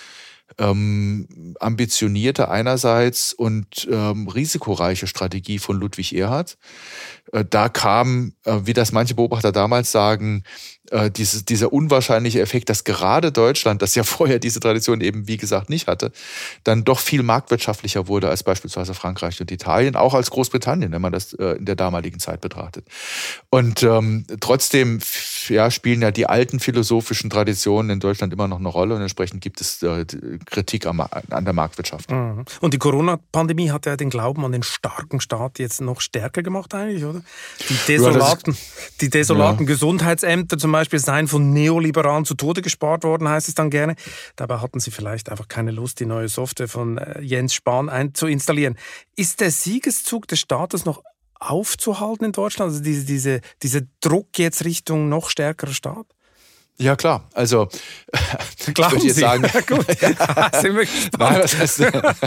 ambitionierte einerseits und risikoreiche Strategie von Ludwig Erhard. Da kam, wie das manche Beobachter damals sagen, dieser unwahrscheinliche Effekt, dass gerade Deutschland, das ja vorher diese Tradition eben wie gesagt nicht hatte, dann doch viel marktwirtschaftlicher wurde als beispielsweise Frankreich und Italien, auch als Großbritannien, wenn man das in der damaligen Zeit betrachtet. Und trotzdem spielen ja die alten philosophischen Traditionen in Deutschland immer noch eine Rolle und entsprechend gibt es Kritik an der Marktwirtschaft. Mhm. Und die Corona-Pandemie hat ja den Glauben an den starken Staat jetzt noch stärker gemacht eigentlich, oder? Die desolaten Gesundheitsämter zum Beispiel seien von Neoliberalen zu Tode gespart worden, heißt es dann gerne. Dabei hatten sie vielleicht einfach keine Lust, die neue Software von Jens Spahn einzuinstallieren. Ist der Siegeszug des Staates noch aufzuhalten in Deutschland? Also dieser Druck jetzt Richtung noch stärkerer Staat? Ja, klar. Also, glauben ich würde jetzt sagen, gut. Sind wir gespannt. Nein, was heißt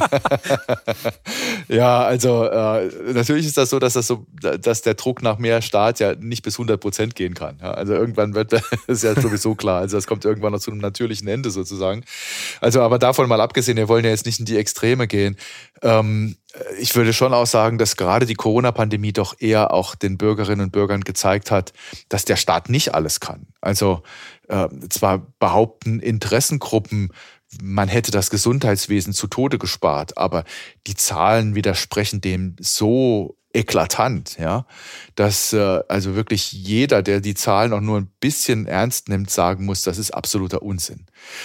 ja, also natürlich ist das so, dass der Druck nach mehr Staat ja nicht bis 100% gehen kann. Ja, also irgendwann wird das ist ja sowieso klar. Also das kommt irgendwann noch zu einem natürlichen Ende sozusagen. Also aber davon mal abgesehen, wir wollen ja jetzt nicht in die Extreme gehen. Ich würde schon auch sagen, dass gerade die Corona-Pandemie doch eher auch den Bürgerinnen und Bürgern gezeigt hat, dass der Staat nicht alles kann. Also zwar behaupten Interessengruppen, man hätte das Gesundheitswesen zu Tode gespart, aber die Zahlen widersprechen dem so eklatant, ja, dass also wirklich jeder, der die Zahlen auch nur ein bisschen ernst nimmt, sagen muss, das ist absoluter Unsinn.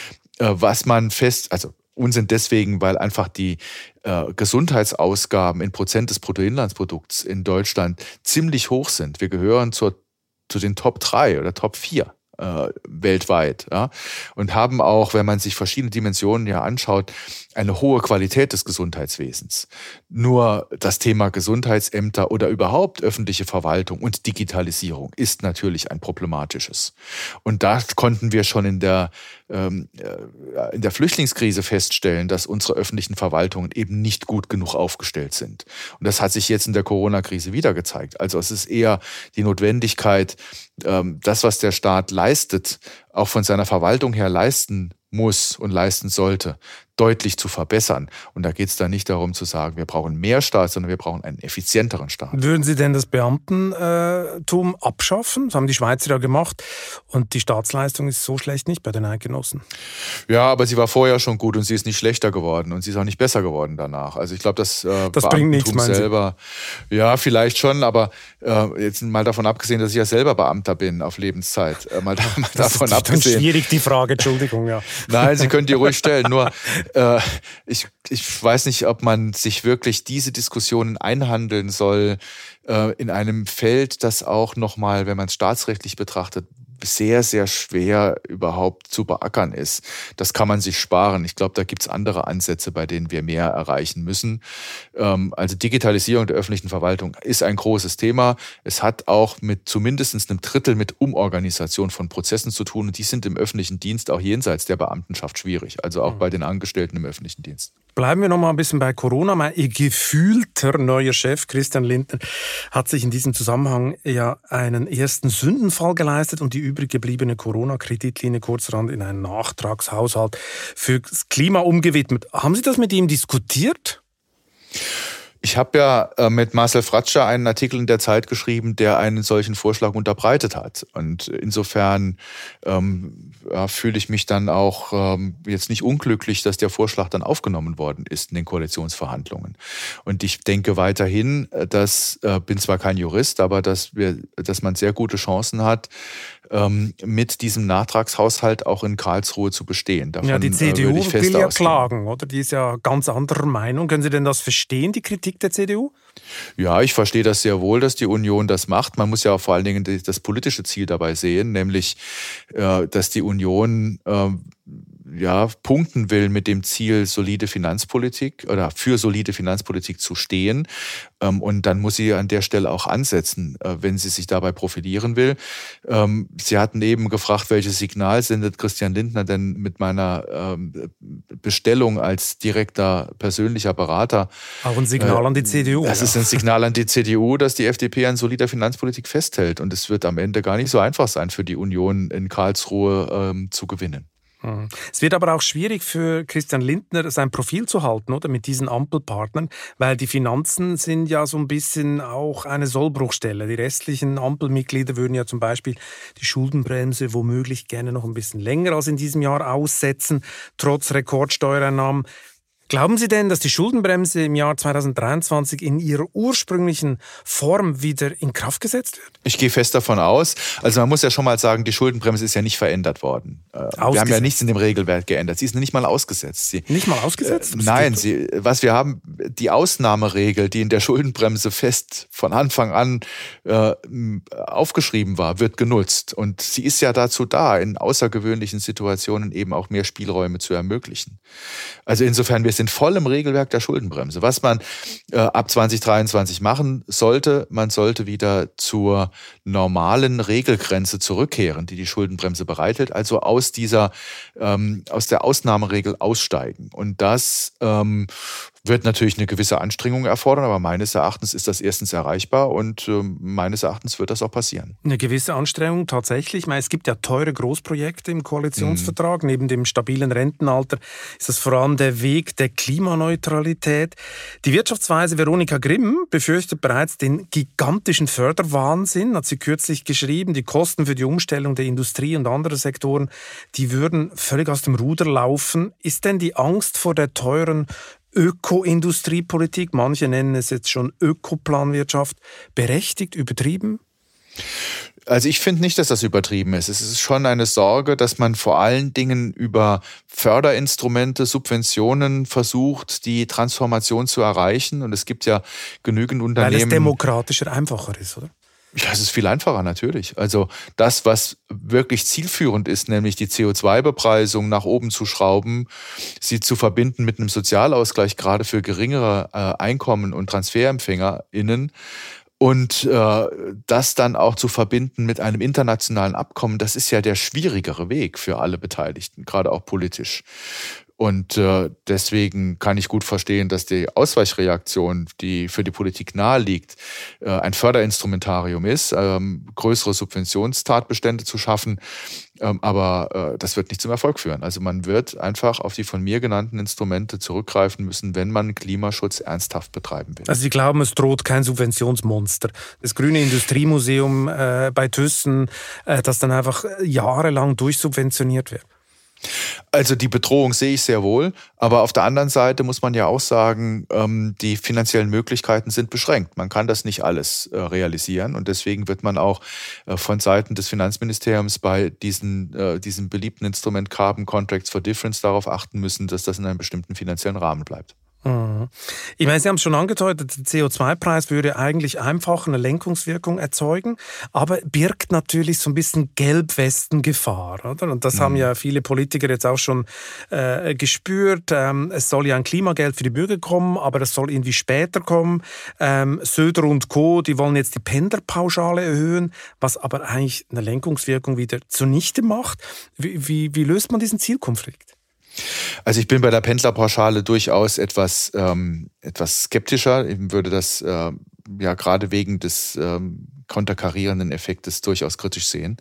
Unsinn deswegen, weil einfach die Gesundheitsausgaben in Prozent des Bruttoinlandsprodukts in Deutschland ziemlich hoch sind. Wir gehören zu den Top 3 oder Top 4. weltweit. Ja? Und haben auch, wenn man sich verschiedene Dimensionen ja anschaut, eine hohe Qualität des Gesundheitswesens. Nur das Thema Gesundheitsämter oder überhaupt öffentliche Verwaltung und Digitalisierung ist natürlich ein problematisches. Und da konnten wir schon in der Flüchtlingskrise feststellen, dass unsere öffentlichen Verwaltungen eben nicht gut genug aufgestellt sind. Und das hat sich jetzt in der Corona-Krise wieder gezeigt. Also es ist eher die Notwendigkeit, das, was der Staat leistet, auch von seiner Verwaltung her leisten muss und leisten sollte, deutlich zu verbessern. Und da geht es dann nicht darum zu sagen, wir brauchen mehr Staat, sondern wir brauchen einen effizienteren Staat. Würden Sie denn das Beamtentum abschaffen? Das haben die Schweizer ja gemacht. Und die Staatsleistung ist so schlecht nicht bei den Eidgenossen. Ja, aber sie war vorher schon gut und sie ist nicht schlechter geworden und sie ist auch nicht besser geworden danach. Also ich glaube, das bringt nichts, meinen Sie? Selber, ja, vielleicht schon, aber jetzt mal davon abgesehen, dass ich ja selber Beamter bin auf Lebenszeit. Mal davon abgesehen. Das ist schwierig, die Frage, Entschuldigung, ja. Nein, Sie können die ruhig stellen. Nur ich weiß nicht, ob man sich wirklich diese Diskussionen einhandeln soll in einem Feld, das auch nochmal, wenn man es staatsrechtlich betrachtet, sehr, sehr schwer überhaupt zu beackern ist. Das kann man sich sparen. Ich glaube, da gibt es andere Ansätze, bei denen wir mehr erreichen müssen. Also Digitalisierung der öffentlichen Verwaltung ist ein großes Thema. Es hat auch mit zumindest einem Drittel mit Umorganisation von Prozessen zu tun. Und die sind im öffentlichen Dienst auch jenseits der Beamtenschaft schwierig. Also auch bei den Angestellten im öffentlichen Dienst. Bleiben wir noch mal ein bisschen bei Corona. Mein gefühlter neuer Chef, Christian Lindner, hat sich in diesem Zusammenhang ja einen ersten Sündenfall geleistet und die übrig gebliebene Corona-Kreditlinie kurzerhand in einen Nachtragshaushalt fürs Klima umgewidmet. Haben Sie das mit ihm diskutiert? Ich habe ja mit Marcel Fratscher einen Artikel in der Zeit geschrieben, der einen solchen Vorschlag unterbreitet hat. Und insofern fühle ich mich dann auch jetzt nicht unglücklich, dass der Vorschlag dann aufgenommen worden ist in den Koalitionsverhandlungen. Und ich denke weiterhin, bin zwar kein Jurist, aber dass man sehr gute Chancen hat, mit diesem Nachtragshaushalt auch in Karlsruhe zu bestehen. Davon, ja, die CDU will ja klagen, oder? Die ist ja ganz anderer Meinung. Können Sie denn das verstehen, die Kritik der CDU? Ja, ich verstehe das sehr wohl, dass die Union das macht. Man muss ja auch vor allen Dingen das politische Ziel dabei sehen, nämlich, dass die Union punkten will mit dem Ziel, solide Finanzpolitik oder für solide Finanzpolitik zu stehen. Und dann muss sie an der Stelle auch ansetzen, wenn sie sich dabei profilieren will. Sie hatten eben gefragt, welches Signal sendet Christian Lindner denn mit meiner Bestellung als direkter persönlicher Berater. Auch ein Signal an die CDU. Das ist ein Signal an die CDU, dass die FDP an solider Finanzpolitik festhält. Und es wird am Ende gar nicht so einfach sein, für die Union in Karlsruhe zu gewinnen. Es wird aber auch schwierig für Christian Lindner, sein Profil zu halten, oder, mit diesen Ampelpartnern, weil die Finanzen sind ja so ein bisschen auch eine Sollbruchstelle. Die restlichen Ampelmitglieder würden ja zum Beispiel die Schuldenbremse womöglich gerne noch ein bisschen länger als in diesem Jahr aussetzen, trotz Rekordsteuereinnahmen. Glauben Sie denn, dass die Schuldenbremse im Jahr 2023 in ihrer ursprünglichen Form wieder in Kraft gesetzt wird? Ich gehe fest davon aus. Also man muss ja schon mal sagen, die Schuldenbremse ist ja nicht verändert worden. Wir haben ja nichts in dem Regelwerk geändert. Sie ist nicht mal ausgesetzt. Nicht mal ausgesetzt? Nein, was wir haben, die Ausnahmeregel, die in der Schuldenbremse fest von Anfang an aufgeschrieben war, wird genutzt. Und sie ist ja dazu da, in außergewöhnlichen Situationen eben auch mehr Spielräume zu ermöglichen. Also insofern, wir sind voll im Regelwerk der Schuldenbremse. Was man ab 2023 machen sollte, man sollte wieder zur normalen Regelgrenze zurückkehren, die Schuldenbremse bereithält, also aus der Ausnahmeregel aussteigen. Und das wird natürlich eine gewisse Anstrengung erfordern, aber meines Erachtens ist das erstens erreichbar und meines Erachtens wird das auch passieren. Eine gewisse Anstrengung tatsächlich. Ich meine, es gibt ja teure Großprojekte im Koalitionsvertrag. Neben dem stabilen Rentenalter ist das vor allem der Weg der Klimaneutralität. Die Wirtschaftsweise Veronika Grimm befürchtet bereits den gigantischen Förderwahnsinn, hat sie kürzlich geschrieben. Die Kosten für die Umstellung der Industrie und anderer Sektoren, die würden völlig aus dem Ruder laufen. Ist denn die Angst vor der teuren Öko-Industriepolitik, manche nennen es jetzt schon Ökoplanwirtschaft, berechtigt, übertrieben? Also ich finde nicht, dass das übertrieben ist. Es ist schon eine Sorge, dass man vor allen Dingen über Förderinstrumente, Subventionen versucht, die Transformation zu erreichen. Und es gibt ja genügend Unternehmen. Weil es demokratischer, einfacher ist, oder? Ja, es ist viel einfacher, natürlich. Also das, was wirklich zielführend ist, nämlich die CO2-Bepreisung nach oben zu schrauben, sie zu verbinden mit einem Sozialausgleich, gerade für geringere Einkommen und TransferempfängerInnen, und das dann auch zu verbinden mit einem internationalen Abkommen, das ist ja der schwierigere Weg für alle Beteiligten, gerade auch politisch. Und deswegen kann ich gut verstehen, dass die Ausweichreaktion, die für die Politik nahe liegt, ein Förderinstrumentarium ist, größere Subventionstatbestände zu schaffen. Aber das wird nicht zum Erfolg führen. Also man wird einfach auf die von mir genannten Instrumente zurückgreifen müssen, wenn man Klimaschutz ernsthaft betreiben will. Also Sie glauben, es droht kein Subventionsmonster. Das Grüne Industriemuseum bei Thyssen, das dann einfach jahrelang durchsubventioniert wird. Also die Bedrohung sehe ich sehr wohl, aber auf der anderen Seite muss man ja auch sagen, die finanziellen Möglichkeiten sind beschränkt. Man kann das nicht alles realisieren und deswegen wird man auch von Seiten des Finanzministeriums bei diesem beliebten Instrument Carbon Contracts for Difference darauf achten müssen, dass das in einem bestimmten finanziellen Rahmen bleibt. Ich meine, Sie haben es schon angedeutet, der CO2-Preis würde eigentlich einfach eine Lenkungswirkung erzeugen, aber birgt natürlich so ein bisschen Gelbwesten-Gefahr, oder? Und das haben ja viele Politiker jetzt auch schon gespürt. Es soll ja ein Klimageld für die Bürger kommen, aber das soll irgendwie später kommen. Söder und Co., die wollen jetzt die Pendlerpauschale erhöhen, was aber eigentlich eine Lenkungswirkung wieder zunichte macht. Wie löst man diesen Zielkonflikt? Also ich bin bei der Pendlerpauschale durchaus etwas skeptischer. Ich würde das gerade wegen des konterkarierenden Effektes durchaus kritisch sehen.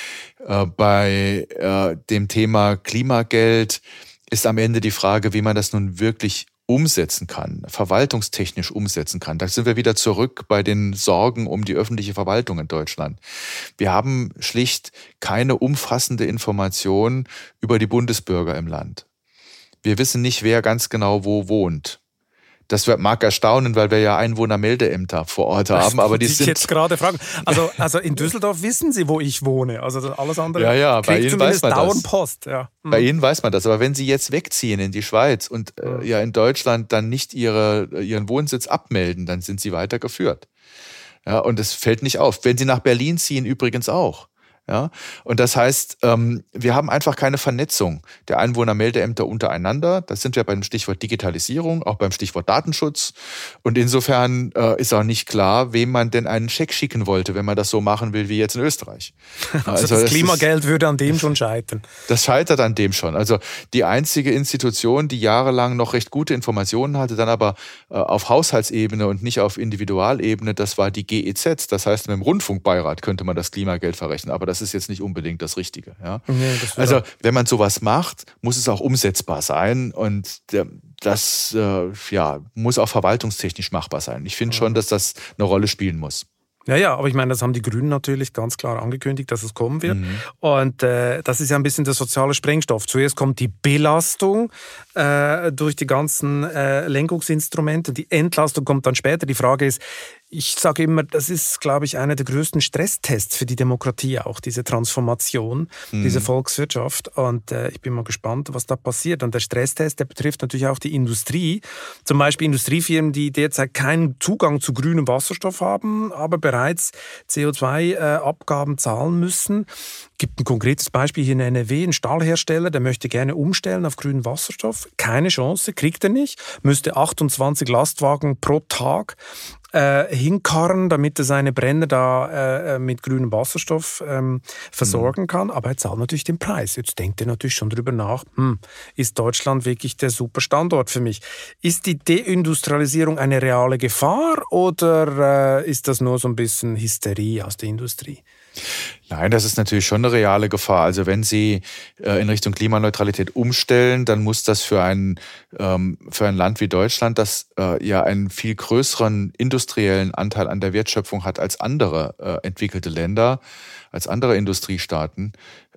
Bei dem Thema Klimageld ist am Ende die Frage, wie man das nun wirklich umsetzen kann, verwaltungstechnisch umsetzen kann. Da sind wir wieder zurück bei den Sorgen um die öffentliche Verwaltung in Deutschland. Wir haben schlicht keine umfassende Information über die Bundesbürger im Land. Wir wissen nicht, wer ganz genau wo wohnt. Das mag erstaunen, weil wir ja Einwohnermeldeämter vor Ort haben, aber die sind... jetzt gerade fragen. Also in Düsseldorf wissen Sie, wo ich wohne. Also alles andere ja, bei Ihnen weiß man dauernd Post. Ja. Bei Ihnen weiß man das. Aber wenn Sie jetzt wegziehen in die Schweiz und in Deutschland dann nicht Ihren Wohnsitz abmelden, dann sind Sie weitergeführt. Ja, und es fällt nicht auf. Wenn Sie nach Berlin ziehen, übrigens auch. Ja, und das heißt, wir haben einfach keine Vernetzung der Einwohnermeldeämter untereinander. Das sind wir beim Stichwort Digitalisierung, auch beim Stichwort Datenschutz. Und insofern ist auch nicht klar, wem man denn einen Scheck schicken wollte, wenn man das so machen will wie jetzt in Österreich. Also das Klimageld würde an dem schon scheitern. Das scheitert an dem schon. Also die einzige Institution, die jahrelang noch recht gute Informationen hatte, dann aber auf Haushaltsebene und nicht auf Individualebene, das war die GEZ. Das heißt, mit dem Rundfunkbeirat könnte man das Klimageld verrechnen. Aber das ist jetzt nicht unbedingt das Richtige. Ja? Nee, also wenn man sowas macht, muss es auch umsetzbar sein und das muss auch verwaltungstechnisch machbar sein. Ich finde schon, dass das eine Rolle spielen muss. Ja, aber ich meine, das haben die Grünen natürlich ganz klar angekündigt, dass es kommen wird. Und das ist ja ein bisschen der soziale Sprengstoff. Zuerst kommt die Belastung durch die ganzen Lenkungsinstrumente. Die Entlastung kommt dann später. Die Frage ist, ich sage immer, das ist, glaube ich, einer der größten Stresstests für die Demokratie auch, diese Transformation, diese Volkswirtschaft. Und ich bin mal gespannt, was da passiert. Und der Stresstest, der betrifft natürlich auch die Industrie. Zum Beispiel Industriefirmen, die derzeit keinen Zugang zu grünem Wasserstoff haben, aber bereits CO2-Abgaben zahlen müssen. Gibt ein konkretes Beispiel hier in NRW, ein Stahlhersteller, der möchte gerne umstellen auf grünen Wasserstoff. Keine Chance, kriegt er nicht. Müsste 28 Lastwagen pro Tag hinkarren, damit er seine Brenner da mit grünem Wasserstoff versorgen kann. Aber er zahlt natürlich den Preis. Jetzt denkt er natürlich schon drüber nach, ist Deutschland wirklich der super Standort für mich? Ist die Deindustrialisierung eine reale Gefahr oder ist das nur so ein bisschen Hysterie aus der Industrie? Nein, das ist natürlich schon eine reale Gefahr. Also wenn Sie in Richtung Klimaneutralität umstellen, dann muss das für ein Land wie Deutschland, das ja einen viel größeren industriellen Anteil an der Wertschöpfung hat als andere entwickelte Länder, als andere Industriestaaten,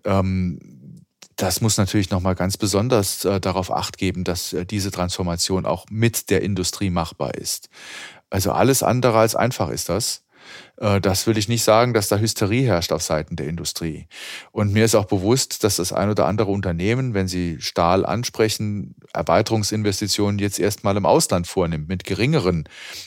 das muss natürlich nochmal ganz besonders darauf Acht geben, dass diese Transformation auch mit der Industrie machbar ist. Also alles andere als einfach ist das. Das will ich nicht sagen, dass da Hysterie herrscht auf Seiten der Industrie. Und mir ist auch bewusst, dass das ein oder andere Unternehmen, wenn sie Stahl ansprechen, Erweiterungsinvestitionen jetzt erstmal im Ausland vornimmt, mit geringeren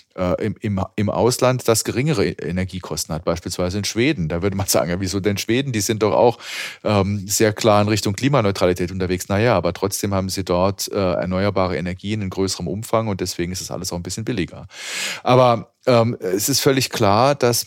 im Ausland, das geringere Energiekosten hat, beispielsweise in Schweden. Da würde man sagen, ja, wieso denn Schweden? Die sind doch auch sehr klar in Richtung Klimaneutralität unterwegs. Naja, aber trotzdem haben sie dort erneuerbare Energien in größerem Umfang und deswegen ist es alles auch ein bisschen billiger. Aber es ist völlig klar, dass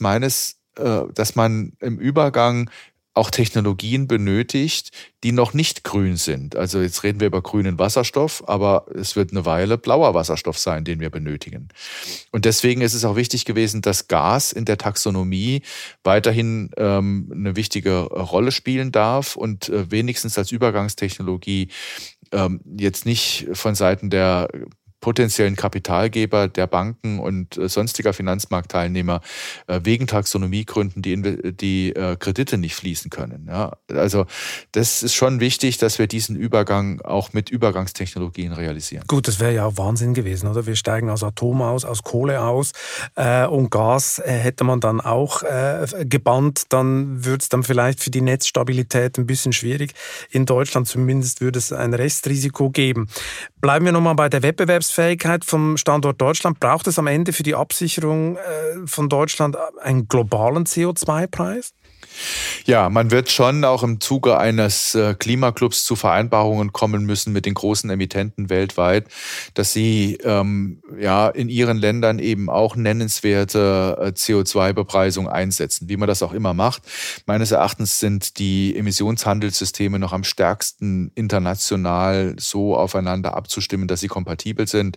man im Übergang auch Technologien benötigt, die noch nicht grün sind. Also jetzt reden wir über grünen Wasserstoff, aber es wird eine Weile blauer Wasserstoff sein, den wir benötigen. Und deswegen ist es auch wichtig gewesen, dass Gas in der Taxonomie weiterhin eine wichtige Rolle spielen darf und wenigstens als Übergangstechnologie jetzt nicht von Seiten der potenziellen Kapitalgeber, der Banken und sonstiger Finanzmarktteilnehmer wegen Taxonomiegründen die Kredite nicht fließen können. Ja, also das ist schon wichtig, dass wir diesen Übergang auch mit Übergangstechnologien realisieren. Gut, das wäre ja auch Wahnsinn gewesen, oder? Wir steigen aus Atom aus Kohle aus und Gas hätte man dann auch gebannt, dann würde es dann vielleicht für die Netzstabilität ein bisschen schwierig. In Deutschland zumindest würde es ein Restrisiko geben. Bleiben wir nochmal bei der Wettbewerbsfähigkeit vom Standort Deutschland. Braucht es am Ende für die Absicherung von Deutschland einen globalen CO2-Preis? Ja, man wird schon auch im Zuge eines Klimaclubs zu Vereinbarungen kommen müssen mit den großen Emittenten weltweit, dass sie in ihren Ländern eben auch nennenswerte CO2-Bepreisung einsetzen, wie man das auch immer macht. Meines Erachtens sind die Emissionshandelssysteme noch am stärksten international so aufeinander abzustimmen, dass sie kompatibel sind.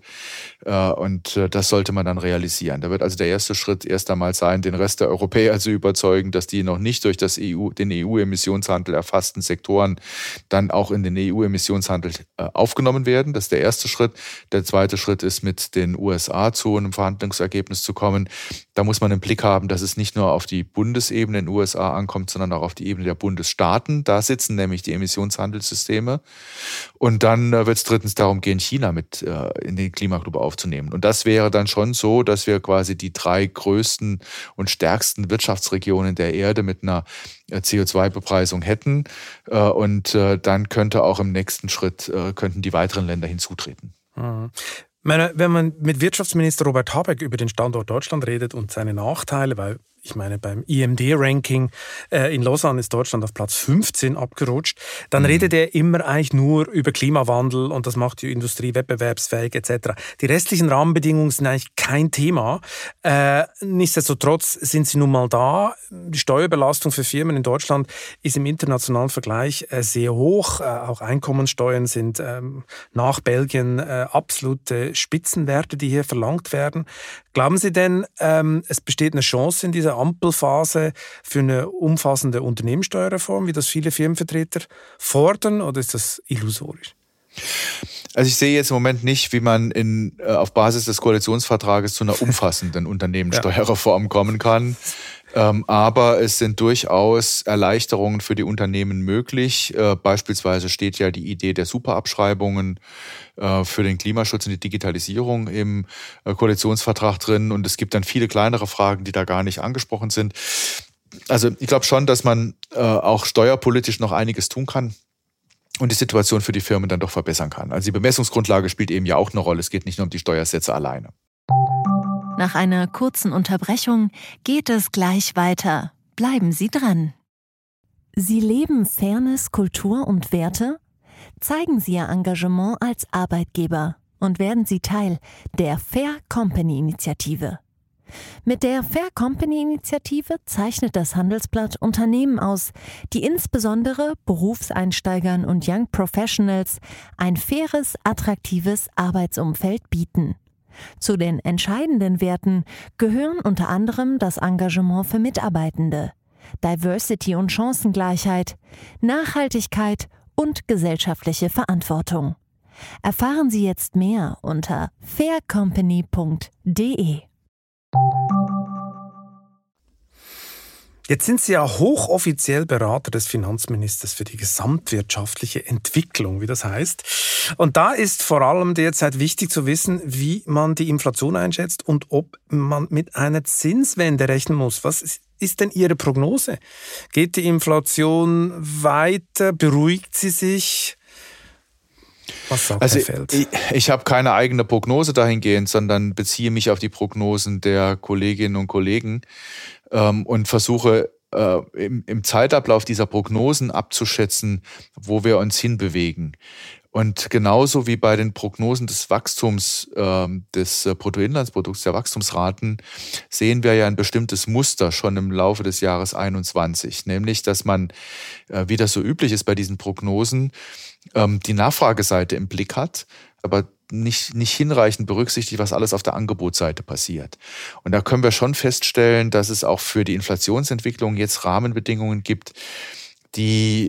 Und das sollte man dann realisieren. Da wird also der erste Schritt erst einmal sein, den Rest der Europäer zu überzeugen, dass die noch nicht durch den EU-Emissionshandel erfassten Sektoren dann auch in den EU-Emissionshandel aufgenommen werden. Das ist der erste Schritt. Der zweite Schritt ist, mit den USA zu einem Verhandlungsergebnis zu kommen. Da muss man im Blick haben, dass es nicht nur auf die Bundesebene in den USA ankommt, sondern auch auf die Ebene der Bundesstaaten. Da sitzen nämlich die Emissionshandelssysteme. Und dann wird es drittens darum gehen, China mit in den Klimaclub aufzunehmen. Und das wäre dann schon so, dass wir quasi die 3 größten und stärksten Wirtschaftsregionen der Erde mit einer CO2-Bepreisung hätten. Und dann könnte auch im nächsten Schritt könnten die weiteren Länder hinzutreten. Mhm. Wenn man mit Wirtschaftsminister Robert Habeck über den Standort Deutschland redet und seine Nachteile, weil ich meine, beim IMD-Ranking in Lausanne ist Deutschland auf Platz 15 abgerutscht. Dann redet er immer eigentlich nur über Klimawandel und das macht die Industrie wettbewerbsfähig etc. Die restlichen Rahmenbedingungen sind eigentlich kein Thema. Nichtsdestotrotz sind sie nun mal da. Die Steuerbelastung für Firmen in Deutschland ist im internationalen Vergleich sehr hoch. Auch Einkommensteuern sind nach Belgien absolute Spitzenwerte, die hier verlangt werden. Glauben Sie denn, es besteht eine Chance in dieser Ampelphase für eine umfassende Unternehmenssteuerreform, wie das viele Firmenvertreter fordern, oder ist das illusorisch? Also ich sehe jetzt im Moment nicht, wie man auf Basis des Koalitionsvertrages zu einer umfassenden Unternehmenssteuerreform kommen kann. Aber es sind durchaus Erleichterungen für die Unternehmen möglich. Beispielsweise steht ja die Idee der Superabschreibungen für den Klimaschutz und die Digitalisierung im Koalitionsvertrag drin. Und es gibt dann viele kleinere Fragen, die da gar nicht angesprochen sind. Also ich glaube schon, dass man auch steuerpolitisch noch einiges tun kann und die Situation für die Firmen dann doch verbessern kann. Also die Bemessungsgrundlage spielt eben ja auch eine Rolle. Es geht nicht nur um die Steuersätze alleine. Nach einer kurzen Unterbrechung geht es gleich weiter. Bleiben Sie dran. Sie leben Fairness, Kultur und Werte? Zeigen Sie Ihr Engagement als Arbeitgeber und werden Sie Teil der Fair Company Initiative. Mit der Fair Company Initiative zeichnet das Handelsblatt Unternehmen aus, die insbesondere Berufseinsteigern und Young Professionals ein faires, attraktives Arbeitsumfeld bieten. Zu den entscheidenden Werten gehören unter anderem das Engagement für Mitarbeitende, Diversity und Chancengleichheit, Nachhaltigkeit und gesellschaftliche Verantwortung. Erfahren Sie jetzt mehr unter faircompany.de. Jetzt sind Sie ja hochoffiziell Berater des Finanzministers für die gesamtwirtschaftliche Entwicklung, wie das heißt. Und da ist vor allem derzeit wichtig zu wissen, wie man die Inflation einschätzt und ob man mit einer Zinswende rechnen muss. Was ist denn Ihre Prognose? Geht die Inflation weiter? Beruhigt sie sich? Was sagt Herr Feld? Ich habe keine eigene Prognose dahingehend, sondern beziehe mich auf die Prognosen der Kolleginnen und Kollegen und versuche im Zeitablauf dieser Prognosen abzuschätzen, wo wir uns hinbewegen. Und genauso wie bei den Prognosen des Wachstums des Bruttoinlandsprodukts, der Wachstumsraten, sehen wir ja ein bestimmtes Muster schon im Laufe des Jahres 2021. Nämlich, dass man, wie das so üblich ist bei diesen Prognosen, die Nachfrageseite im Blick hat, aber nicht hinreichend berücksichtigt, was alles auf der Angebotsseite passiert. Und da können wir schon feststellen, dass es auch für die Inflationsentwicklung jetzt Rahmenbedingungen gibt, die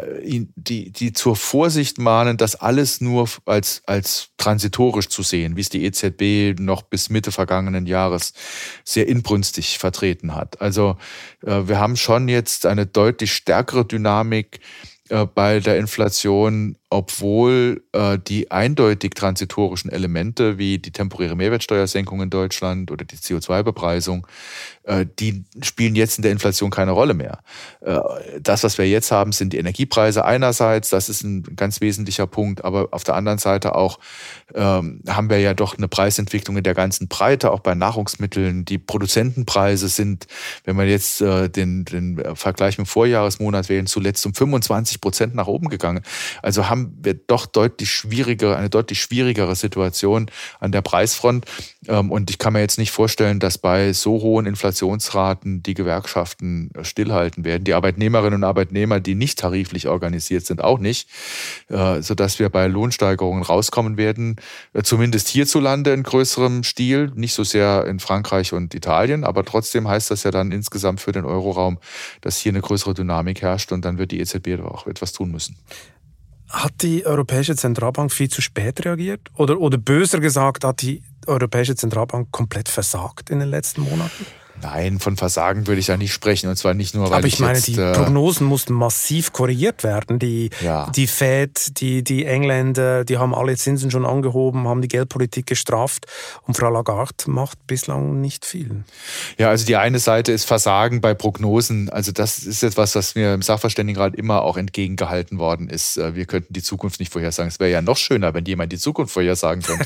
zur Vorsicht mahnen, das alles nur als transitorisch zu sehen, wie es die EZB noch bis Mitte vergangenen Jahres sehr inbrünstig vertreten hat. Also wir haben schon jetzt eine deutlich stärkere Dynamik bei der Inflation, obwohl die eindeutig transitorischen Elemente wie die temporäre Mehrwertsteuersenkung in Deutschland oder die CO2-Bepreisung, die spielen jetzt in der Inflation keine Rolle mehr. Das, was wir jetzt haben, sind die Energiepreise einerseits, das ist ein ganz wesentlicher Punkt, aber auf der anderen Seite auch haben wir ja doch eine Preisentwicklung in der ganzen Breite, auch bei Nahrungsmitteln. Die Produzentenpreise sind, wenn wir jetzt den Vergleich mit dem Vorjahresmonat wählen, zuletzt um 25% nach oben gegangen. Also haben wir doch eine deutlich schwierigere Situation an der Preisfront. Und ich kann mir jetzt nicht vorstellen, dass bei so hohen Inflationsraten die Gewerkschaften stillhalten werden. Die Arbeitnehmerinnen und Arbeitnehmer, die nicht tariflich organisiert sind, auch nicht, sodass wir bei Lohnsteigerungen rauskommen werden. Zumindest hierzulande in größerem Stil, nicht so sehr in Frankreich und Italien, aber trotzdem heißt das ja dann insgesamt für den Euroraum, dass hier eine größere Dynamik herrscht und dann wird die EZB auch etwas tun müssen. Hat die Europäische Zentralbank viel zu spät reagiert? Oder böser gesagt, hat die Europäische Zentralbank komplett versagt in den letzten Monaten? Nein, von Versagen würde ich ja nicht sprechen. Und zwar nicht nur, weil aber ich meine, die Prognosen mussten massiv korrigiert werden. Die Fed, die Engländer, die haben alle Zinsen schon angehoben, haben die Geldpolitik gestrafft. Und Frau Lagarde macht bislang nicht viel. Ja, also die eine Seite ist Versagen bei Prognosen. Also das ist etwas, was mir im Sachverständigenrat immer auch entgegengehalten worden ist. Wir könnten die Zukunft nicht vorhersagen. Es wäre ja noch schöner, wenn jemand die Zukunft vorhersagen könnte.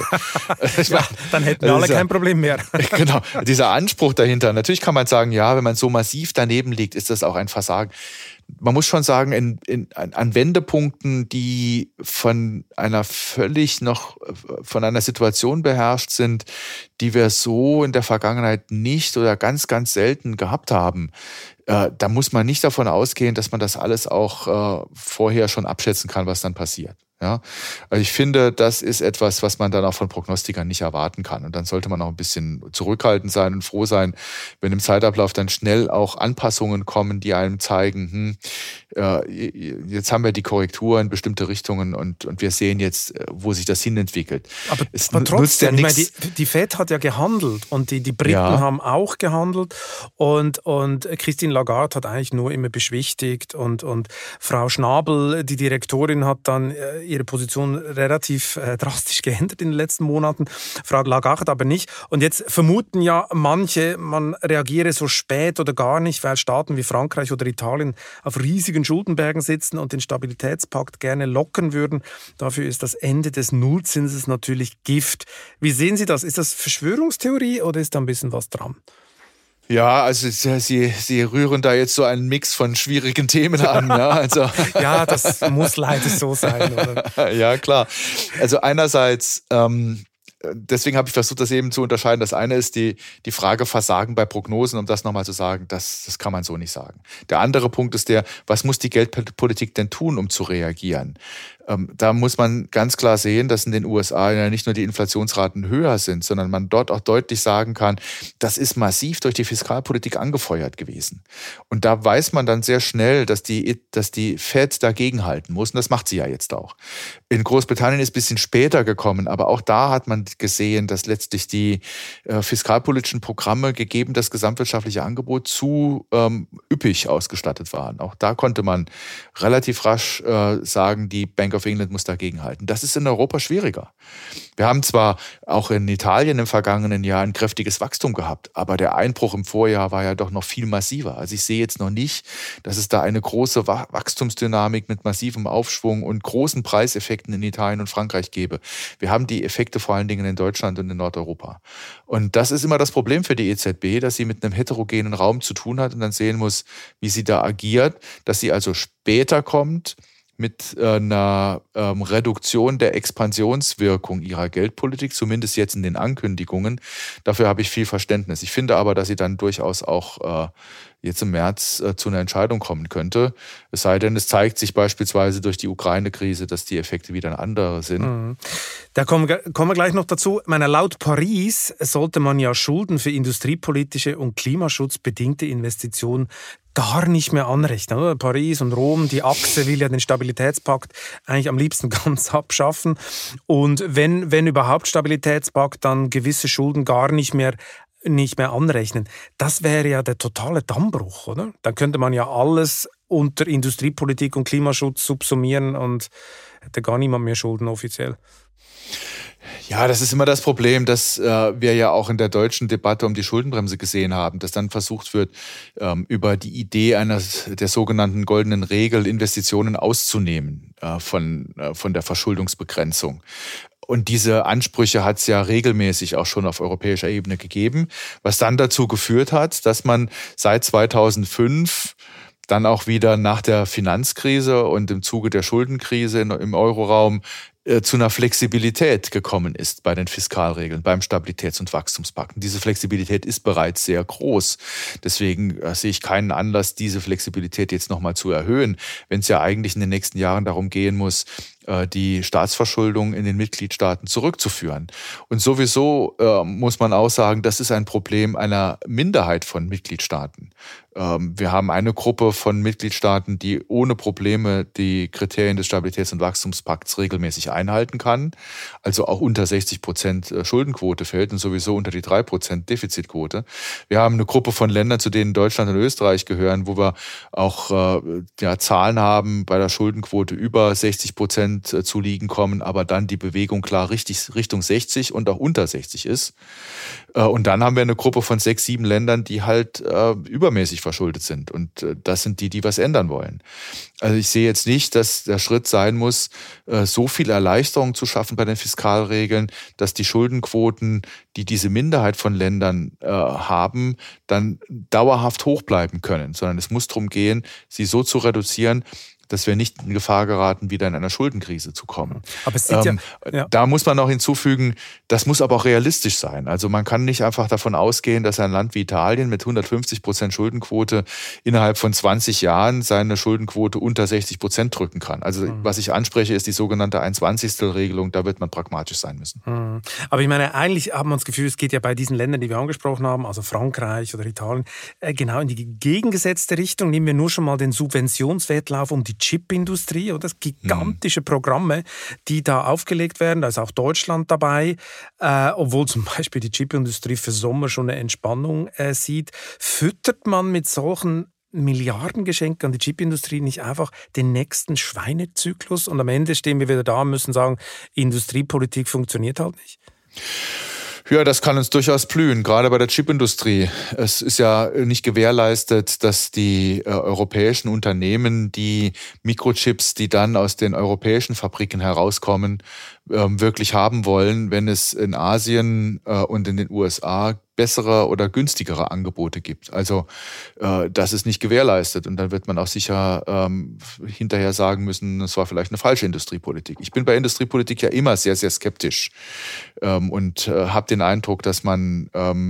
Dann hätten wir alle kein Problem mehr. Genau, dieser Anspruch dahinter. Natürlich kann man sagen, ja, wenn man so massiv daneben liegt, ist das auch ein Versagen. Man muss schon sagen, an Wendepunkten, die von einer Situation beherrscht sind, die wir so in der Vergangenheit nicht oder ganz, ganz selten gehabt haben, da muss man nicht davon ausgehen, dass man das alles auch vorher schon abschätzen kann, was dann passiert. Ja, also ich finde, das ist etwas, was man dann auch von Prognostikern nicht erwarten kann. Und dann sollte man auch ein bisschen zurückhaltend sein und froh sein, wenn im Zeitablauf dann schnell auch Anpassungen kommen, die einem zeigen, jetzt haben wir die Korrektur in bestimmte Richtungen und wir sehen jetzt, wo sich das hinentwickelt. Aber trotzdem, ja, ich meine, die Fed hat ja gehandelt und die Briten haben auch gehandelt und Christine Lagarde hat eigentlich nur immer beschwichtigt und Frau Schnabel, die Direktorin, hat dann ihre Position relativ drastisch geändert in den letzten Monaten. Frau Lagarde aber nicht. Und jetzt vermuten ja manche, man reagiere so spät oder gar nicht, weil Staaten wie Frankreich oder Italien auf riesigen Schuldenbergen sitzen und den Stabilitätspakt gerne lockern würden. Dafür ist das Ende des Nullzinses natürlich Gift. Wie sehen Sie das? Ist das Verschwörungstheorie oder ist da ein bisschen was dran? Ja, also Sie rühren da jetzt so einen Mix von schwierigen Themen an. Ja, also. Ja, das muss leider so sein, oder? Ja, klar. Also einerseits, deswegen habe ich versucht, das eben zu unterscheiden. Das eine ist die Frage Versagen bei Prognosen, um das nochmal zu sagen, das kann man so nicht sagen. Der andere Punkt ist was muss die Geldpolitik denn tun, um zu reagieren? Da muss man ganz klar sehen, dass in den USA ja nicht nur die Inflationsraten höher sind, sondern man dort auch deutlich sagen kann, das ist massiv durch die Fiskalpolitik angefeuert gewesen. Und da weiß man dann sehr schnell, dass die Fed dagegenhalten muss. Und das macht sie ja jetzt auch. In Großbritannien ist es ein bisschen später gekommen, aber auch da hat man gesehen, dass letztlich die fiskalpolitischen Programme, gegeben das gesamtwirtschaftliche Angebot, zu üppig ausgestattet waren. Auch da konnte man relativ rasch sagen, die Bank of England muss dagegenhalten. Das ist in Europa schwieriger. Wir haben zwar auch in Italien im vergangenen Jahr ein kräftiges Wachstum gehabt, aber der Einbruch im Vorjahr war ja doch noch viel massiver. Also ich sehe jetzt noch nicht, dass es da eine große Wachstumsdynamik mit massivem Aufschwung und großen Preiseffekten in Italien und Frankreich gäbe. Wir haben die Effekte vor allen Dingen in Deutschland und in Nordeuropa. Und das ist immer das Problem für die EZB, dass sie mit einem heterogenen Raum zu tun hat und dann sehen muss, wie sie da agiert, dass sie also später kommt mit einer Reduktion der Expansionswirkung ihrer Geldpolitik, zumindest jetzt in den Ankündigungen. Dafür habe ich viel Verständnis. Ich finde aber, dass sie dann durchaus auch jetzt im März zu einer Entscheidung kommen könnte. Es sei denn, es zeigt sich beispielsweise durch die Ukraine-Krise, dass die Effekte wieder andere sind. Mhm. Da kommen wir gleich noch dazu. Ich meine, laut Paris sollte man ja Schulden für industriepolitische und klimaschutzbedingte Investitionen gar nicht mehr anrechnen. Oder? Paris und Rom, die Achse will ja den Stabilitätspakt eigentlich am liebsten ganz abschaffen. Und wenn überhaupt Stabilitätspakt, dann gewisse Schulden gar nicht mehr anrechnen. Das wäre ja der totale Dammbruch, oder? Dann könnte man ja alles unter Industriepolitik und Klimaschutz subsumieren und hätte gar niemand mehr Schulden offiziell. Ja, das ist immer das Problem, dass wir ja auch in der deutschen Debatte um die Schuldenbremse gesehen haben, dass dann versucht wird, über die Idee der sogenannten goldenen Regel Investitionen auszunehmen von der Verschuldungsbegrenzung. Und diese Ansprüche hat es ja regelmäßig auch schon auf europäischer Ebene gegeben, was dann dazu geführt hat, dass man seit 2005 dann auch wieder nach der Finanzkrise und im Zuge der Schuldenkrise im Euroraum zu einer Flexibilität gekommen ist bei den Fiskalregeln, beim Stabilitäts- und Wachstumspakt. Und diese Flexibilität ist bereits sehr groß. Deswegen sehe ich keinen Anlass, diese Flexibilität jetzt nochmal zu erhöhen, wenn es ja eigentlich in den nächsten Jahren darum gehen muss, die Staatsverschuldung in den Mitgliedstaaten zurückzuführen. Und sowieso muss man auch sagen, das ist ein Problem einer Minderheit von Mitgliedstaaten. Wir haben eine Gruppe von Mitgliedstaaten, die ohne Probleme die Kriterien des Stabilitäts- und Wachstumspakts regelmäßig einhalten kann, also auch unter 60% Schuldenquote fällt und sowieso unter die 3% Defizitquote. Wir haben eine Gruppe von Ländern, zu denen Deutschland und Österreich gehören, wo wir auch Zahlen haben bei der Schuldenquote über 60% zu liegen kommen, aber dann die Bewegung klar Richtung 60 und auch unter 60 ist. Und dann haben wir eine Gruppe von 6, 7 Ländern, die halt übermäßig verschuldet sind. Und das sind die was ändern wollen. Also ich sehe jetzt nicht, dass der Schritt sein muss, so viel Erleichterung zu schaffen bei den Fiskalregeln, dass die Schuldenquoten, die diese Minderheit von Ländern haben, dann dauerhaft hoch bleiben können. Sondern es muss darum gehen, sie so zu reduzieren, dass wir nicht in Gefahr geraten, wieder in einer Schuldenkrise zu kommen. Aber es sieht Da muss man noch hinzufügen, das muss aber auch realistisch sein. Also man kann nicht einfach davon ausgehen, dass ein Land wie Italien mit 150% Schuldenquote innerhalb von 20 Jahren seine Schuldenquote unter 60% drücken kann. Also was ich anspreche, ist die sogenannte 1/20-Regelung. Da wird man pragmatisch sein müssen. Aber ich meine, eigentlich haben wir das Gefühl, es geht ja bei diesen Ländern, die wir angesprochen haben, also Frankreich oder Italien, genau in die gegengesetzte Richtung. Nehmen wir nur schon mal den Subventionswettlauf um die Chipindustrie, oder? Das gigantische Programme, die da aufgelegt werden. Da ist auch Deutschland dabei, obwohl zum Beispiel die Chipindustrie für Sommer schon eine Entspannung sieht. Füttert man mit solchen Milliardengeschenken an die Chipindustrie nicht einfach den nächsten Schweinezyklus? Und am Ende stehen wir wieder da und müssen sagen, Industriepolitik funktioniert halt nicht. Ja, das kann uns durchaus blühen, gerade bei der Chipindustrie. Es ist ja nicht gewährleistet, dass die europäischen Unternehmen die Mikrochips, die dann aus den europäischen Fabriken herauskommen, wirklich haben wollen, wenn es in Asien und in den USA bessere oder günstigere Angebote gibt. Also das ist nicht gewährleistet und dann wird man auch sicher hinterher sagen müssen, es war vielleicht eine falsche Industriepolitik. Ich bin bei Industriepolitik ja immer sehr, sehr skeptisch und habe den Eindruck, dass man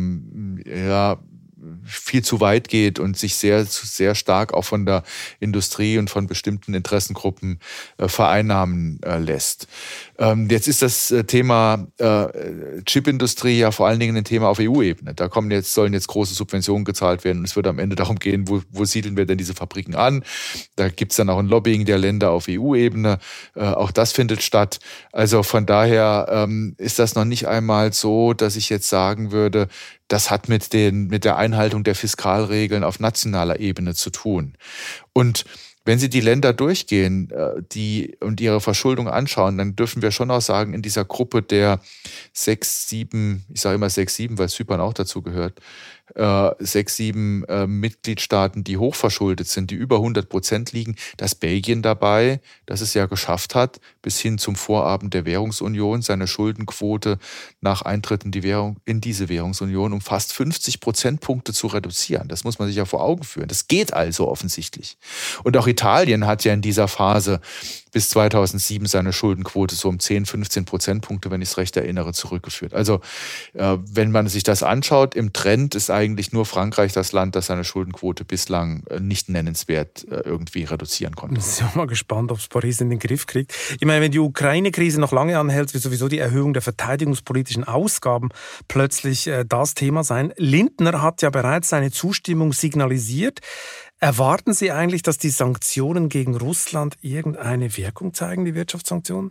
viel zu weit geht und sich sehr, sehr stark auch von der Industrie und von bestimmten Interessengruppen vereinnahmen lässt. Jetzt ist das Thema Chipindustrie ja vor allen Dingen ein Thema auf EU-Ebene. Da sollen jetzt große Subventionen gezahlt werden und es wird am Ende darum gehen, wo siedeln wir denn diese Fabriken an. Da gibt es dann auch ein Lobbying der Länder auf EU-Ebene. Auch das findet statt. Also von daher ist das noch nicht einmal so, dass ich jetzt sagen würde, das hat mit der Einhaltung der Fiskalregeln auf nationaler Ebene zu tun. Und wenn Sie die Länder durchgehen, und ihre Verschuldung anschauen, dann dürfen wir schon auch sagen, in dieser Gruppe der 6, 7, ich sage immer 6, 7, weil Zypern auch dazu gehört, 6, 7 Mitgliedstaaten, die hochverschuldet sind, die über 100% liegen, da ist Belgien dabei, das es ja geschafft hat, bis hin zum Vorabend der Währungsunion seine Schuldenquote nach Eintritt in diese Währungsunion um fast 50 Prozentpunkte zu reduzieren. Das muss man sich ja vor Augen führen. Das geht also offensichtlich. Und auch Italien hat ja in dieser Phase bis 2007 seine Schuldenquote so um 10, 15 Prozentpunkte, wenn ich es recht erinnere, zurückgeführt. Also wenn man sich das anschaut, im Trend ist eigentlich nur Frankreich das Land, das seine Schuldenquote bislang nicht nennenswert irgendwie reduzieren konnte. Ich bin mal gespannt, ob es Paris in den Griff kriegt. Ich meine, wenn die Ukraine-Krise noch lange anhält, wird sowieso die Erhöhung der verteidigungspolitischen Ausgaben plötzlich das Thema sein. Lindner hat ja bereits seine Zustimmung signalisiert. Erwarten Sie eigentlich, dass die Sanktionen gegen Russland irgendeine Wirkung zeigen, die Wirtschaftssanktionen?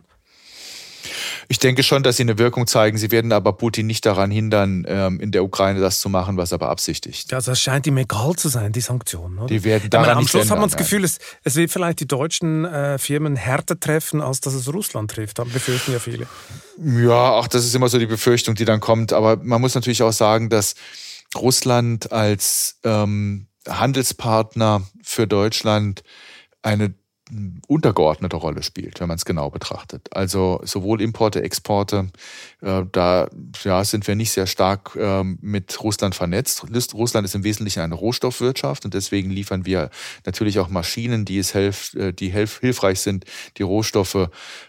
Ich denke schon, dass sie eine Wirkung zeigen. Sie werden aber Putin nicht daran hindern, in der Ukraine das zu machen, was er beabsichtigt. Also es scheint ihm egal zu sein, die Sanktionen, oder? Die werden daran am Schluss nicht haben wir das ändern, Gefühl, es wird vielleicht die deutschen Firmen härter treffen, als dass es Russland trifft. Das befürchten ja viele. Ja, auch das ist immer so die Befürchtung, die dann kommt. Aber man muss natürlich auch sagen, dass Russland als Handelspartner für Deutschland eine untergeordnete Rolle spielt, wenn man es genau betrachtet. Also sowohl Importe, Exporte, da sind wir nicht sehr stark mit Russland vernetzt. Russland ist im Wesentlichen eine Rohstoffwirtschaft und deswegen liefern wir natürlich auch Maschinen, die hilfreich sind, die Rohstoffe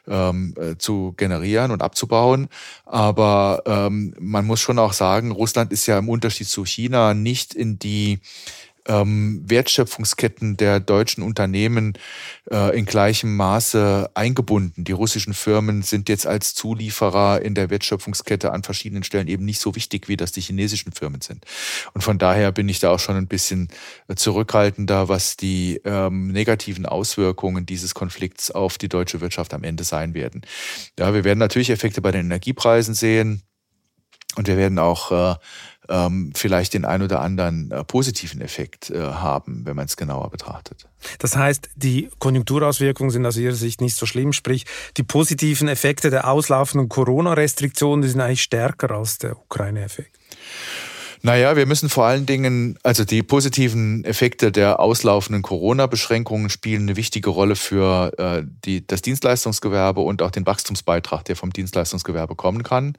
zu generieren und abzubauen. Aber man muss schon auch sagen, Russland ist ja im Unterschied zu China nicht in die Wertschöpfungsketten der deutschen Unternehmen in gleichem Maße eingebunden. Die russischen Firmen sind jetzt als Zulieferer in der Wertschöpfungskette an verschiedenen Stellen eben nicht so wichtig, wie das die chinesischen Firmen sind. Und von daher bin ich da auch schon ein bisschen zurückhaltender, was die negativen Auswirkungen dieses Konflikts auf die deutsche Wirtschaft am Ende sein werden. Ja, wir werden natürlich Effekte bei den Energiepreisen sehen und wir werden auch vielleicht den ein oder anderen positiven Effekt haben, wenn man es genauer betrachtet. Das heißt, die Konjunkturauswirkungen sind aus Ihrer Sicht nicht so schlimm, sprich die positiven Effekte der auslaufenden Corona-Restriktionen, die sind eigentlich stärker als der Ukraine-Effekt. Naja, wir müssen vor allen Dingen, also die positiven Effekte der auslaufenden Corona-Beschränkungen spielen eine wichtige Rolle für das Dienstleistungsgewerbe und auch den Wachstumsbeitrag, der vom Dienstleistungsgewerbe kommen kann.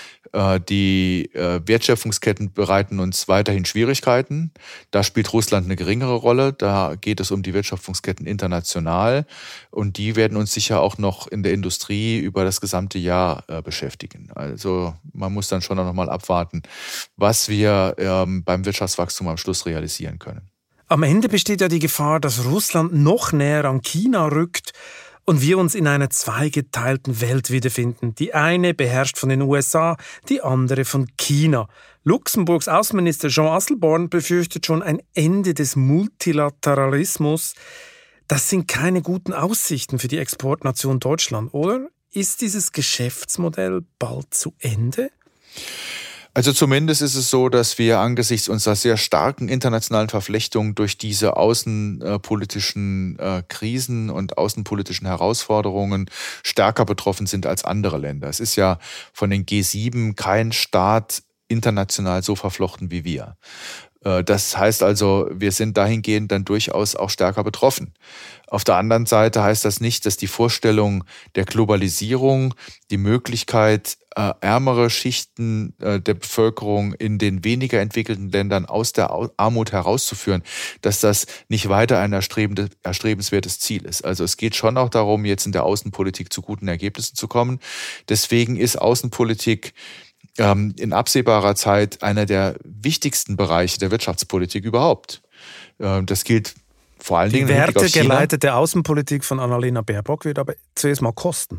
Die Wertschöpfungsketten bereiten uns weiterhin Schwierigkeiten. Da spielt Russland eine geringere Rolle. Da geht es um die Wertschöpfungsketten international. Und die werden uns sicher auch noch in der Industrie über das gesamte Jahr beschäftigen. Also man muss dann schon noch mal abwarten, was wir beim Wirtschaftswachstum am Schluss realisieren können. Am Ende besteht ja die Gefahr, dass Russland noch näher an China rückt und wir uns in einer zweigeteilten Welt wiederfinden. Die eine beherrscht von den USA, die andere von China. Luxemburgs Außenminister Jean Asselborn befürchtet schon ein Ende des Multilateralismus. Das sind keine guten Aussichten für die Exportnation Deutschland, oder? Ist dieses Geschäftsmodell bald zu Ende? Also zumindest ist es so, dass wir angesichts unserer sehr starken internationalen Verflechtung durch diese außenpolitischen Krisen und außenpolitischen Herausforderungen stärker betroffen sind als andere Länder. Es ist ja von den G7 kein Staat international so verflochten wie wir. Das heißt also, wir sind dahingehend dann durchaus auch stärker betroffen. Auf der anderen Seite heißt das nicht, dass die Vorstellung der Globalisierung, die Möglichkeit, ärmere Schichten der Bevölkerung in den weniger entwickelten Ländern aus der Armut herauszuführen, dass das nicht weiter ein erstrebenswertes Ziel ist. Also es geht schon auch darum, jetzt in der Außenpolitik zu guten Ergebnissen zu kommen. Deswegen ist Außenpolitik in absehbarer Zeit einer der wichtigsten Bereiche der Wirtschaftspolitik überhaupt. Das gilt vor allen Dingen die wertegeleitete Außenpolitik von Annalena Baerbock wird aber zuerst mal kosten.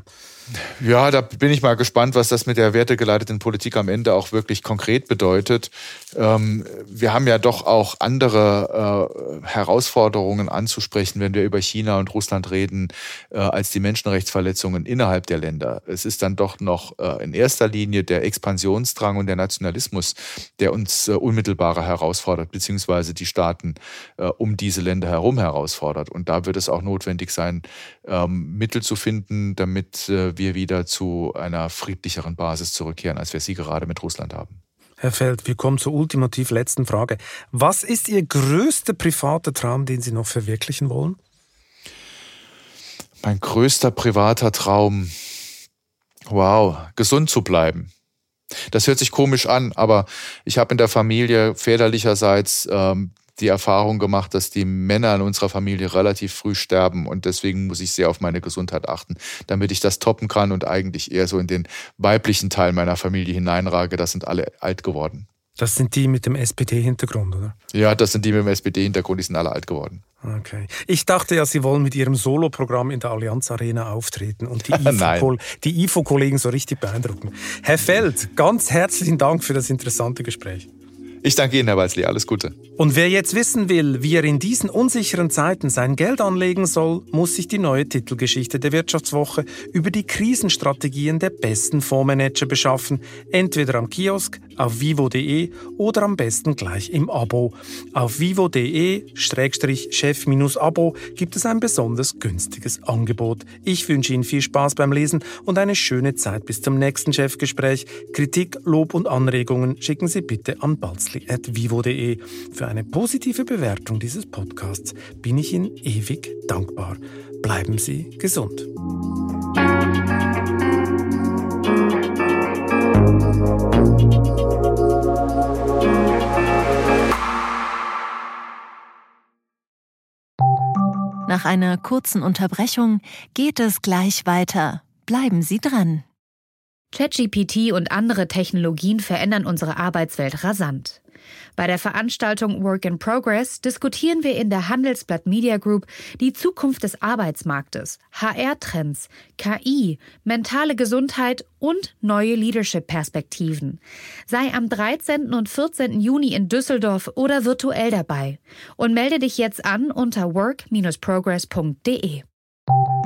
Ja, da bin ich mal gespannt, was das mit der wertegeleiteten Politik am Ende auch wirklich konkret bedeutet. Wir haben ja doch auch andere Herausforderungen anzusprechen, wenn wir über China und Russland reden, als die Menschenrechtsverletzungen innerhalb der Länder. Es ist dann doch noch in erster Linie der Expansionsdrang und der Nationalismus, der uns unmittelbarer herausfordert, beziehungsweise die Staaten um diese Länder herum herausfordert. Und da wird es auch notwendig sein, Mittel zu finden, damit wir wieder zu einer friedlicheren Basis zurückkehren, als wir sie gerade mit Russland haben. Herr Feld, wir kommen zur ultimativ letzten Frage. Was ist Ihr größter privater Traum, den Sie noch verwirklichen wollen? Mein größter privater Traum, gesund zu bleiben. Das hört sich komisch an, aber ich habe in der Familie väterlicherseits die Erfahrung gemacht, dass die Männer in unserer Familie relativ früh sterben und deswegen muss ich sehr auf meine Gesundheit achten, damit ich das toppen kann und eigentlich eher so in den weiblichen Teil meiner Familie hineinrage. Das sind alle alt geworden. Das sind die mit dem SPD-Hintergrund, oder? Ja, das sind die mit dem SPD-Hintergrund, die sind alle alt geworden. Okay. Ich dachte ja, Sie wollen mit Ihrem Soloprogramm in der Allianz Arena auftreten und die IFO-Kollegen so richtig beeindrucken. Herr Feld, ganz herzlichen Dank für das interessante Gespräch. Ich danke Ihnen, Herr Balzli. Alles Gute. Und wer jetzt wissen will, wie er in diesen unsicheren Zeiten sein Geld anlegen soll, muss sich die neue Titelgeschichte der Wirtschaftswoche über die Krisenstrategien der besten Fondsmanager beschaffen. Entweder am Kiosk, auf vivo.de oder am besten gleich im Abo. Auf vivo.de/chef-abo gibt es ein besonders günstiges Angebot. Ich wünsche Ihnen viel Spaß beim Lesen und eine schöne Zeit bis zum nächsten Chefgespräch. Kritik, Lob und Anregungen schicken Sie bitte an balzli@vivo.de. Für eine positive Bewertung dieses Podcasts bin ich Ihnen ewig dankbar. Bleiben Sie gesund. Nach einer kurzen Unterbrechung geht es gleich weiter. Bleiben Sie dran. ChatGPT und andere Technologien verändern unsere Arbeitswelt rasant. Bei der Veranstaltung Work in Progress diskutieren wir in der Handelsblatt Media Group die Zukunft des Arbeitsmarktes, HR-Trends, KI, mentale Gesundheit und neue Leadership-Perspektiven. Sei am 13. und 14. Juni in Düsseldorf oder virtuell dabei und melde dich jetzt an unter work-progress.de.